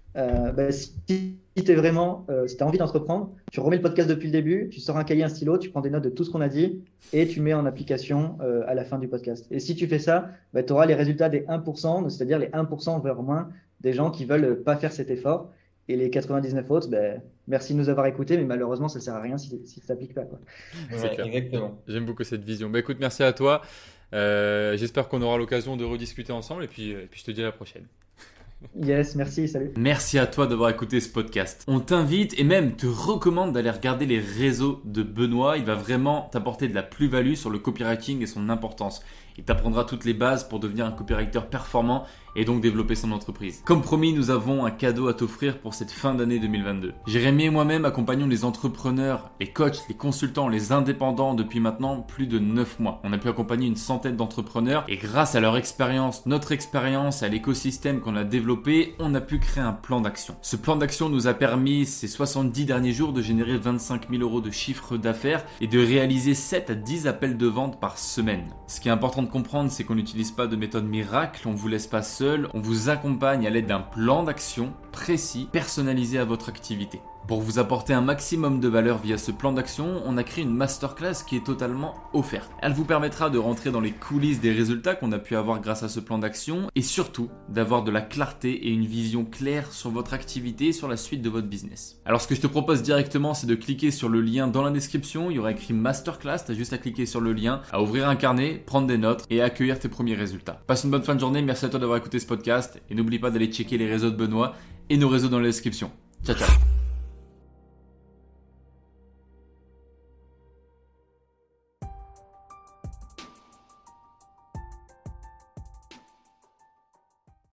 Si tu as envie d'entreprendre, tu remets le podcast depuis le début, tu sors un cahier, un stylo, tu prends des notes de tout ce qu'on a dit et tu mets en application à la fin du podcast. Et si tu fais ça, tu auras les résultats des 1%, c'est-à-dire les 1% vers moins des gens qui veulent pas faire cet effort. Et les 99 autres, merci de nous avoir écoutés, mais malheureusement, ça ne sert à rien si ça ne s'applique pas, quoi. C'est clair. Exactement. J'aime beaucoup cette vision. Écoute, merci à toi. J'espère qu'on aura l'occasion de rediscuter ensemble et puis je te dis à la prochaine. Yes, merci, salut. Merci à toi d'avoir écouté ce podcast. On t'invite et même te recommande d'aller regarder les réseaux de Benoît. Il va vraiment t'apporter de la plus-value sur le copywriting et son importance. Il t'apprendra toutes les bases pour devenir un copywriter performant et donc développer son entreprise. Comme promis, nous avons un cadeau à t'offrir pour cette fin d'année 2022. Jérémy et moi-même accompagnons les entrepreneurs, les coachs, les consultants, les indépendants depuis maintenant plus de 9 mois. On a pu accompagner une centaine d'entrepreneurs et grâce à leur expérience, notre expérience, à l'écosystème qu'on a développé, on a pu créer un plan d'action. Ce plan d'action nous a permis ces 70 derniers jours de générer 25 000 € de chiffre d'affaires et de réaliser 7 à 10 appels de vente par semaine. Ce qui est important de comprendre, c'est qu'on n'utilise pas de méthode miracle, on vous laisse pas seul, on vous accompagne à l'aide d'un plan d'action précis, personnalisé à votre activité. Pour vous apporter un maximum de valeur via ce plan d'action, on a créé une masterclass qui est totalement offerte. Elle vous permettra de rentrer dans les coulisses des résultats qu'on a pu avoir grâce à ce plan d'action et surtout d'avoir de la clarté et une vision claire sur votre activité et sur la suite de votre business. Alors ce que je te propose directement, c'est de cliquer sur le lien dans la description, il y aura écrit masterclass, tu as juste à cliquer sur le lien, à ouvrir un carnet, prendre des notes et à accueillir tes premiers résultats. Passe une bonne fin de journée, merci à toi d'avoir écouté ce podcast et n'oublie pas d'aller checker les réseaux de Benoît et nos réseaux dans la description. Ciao ciao.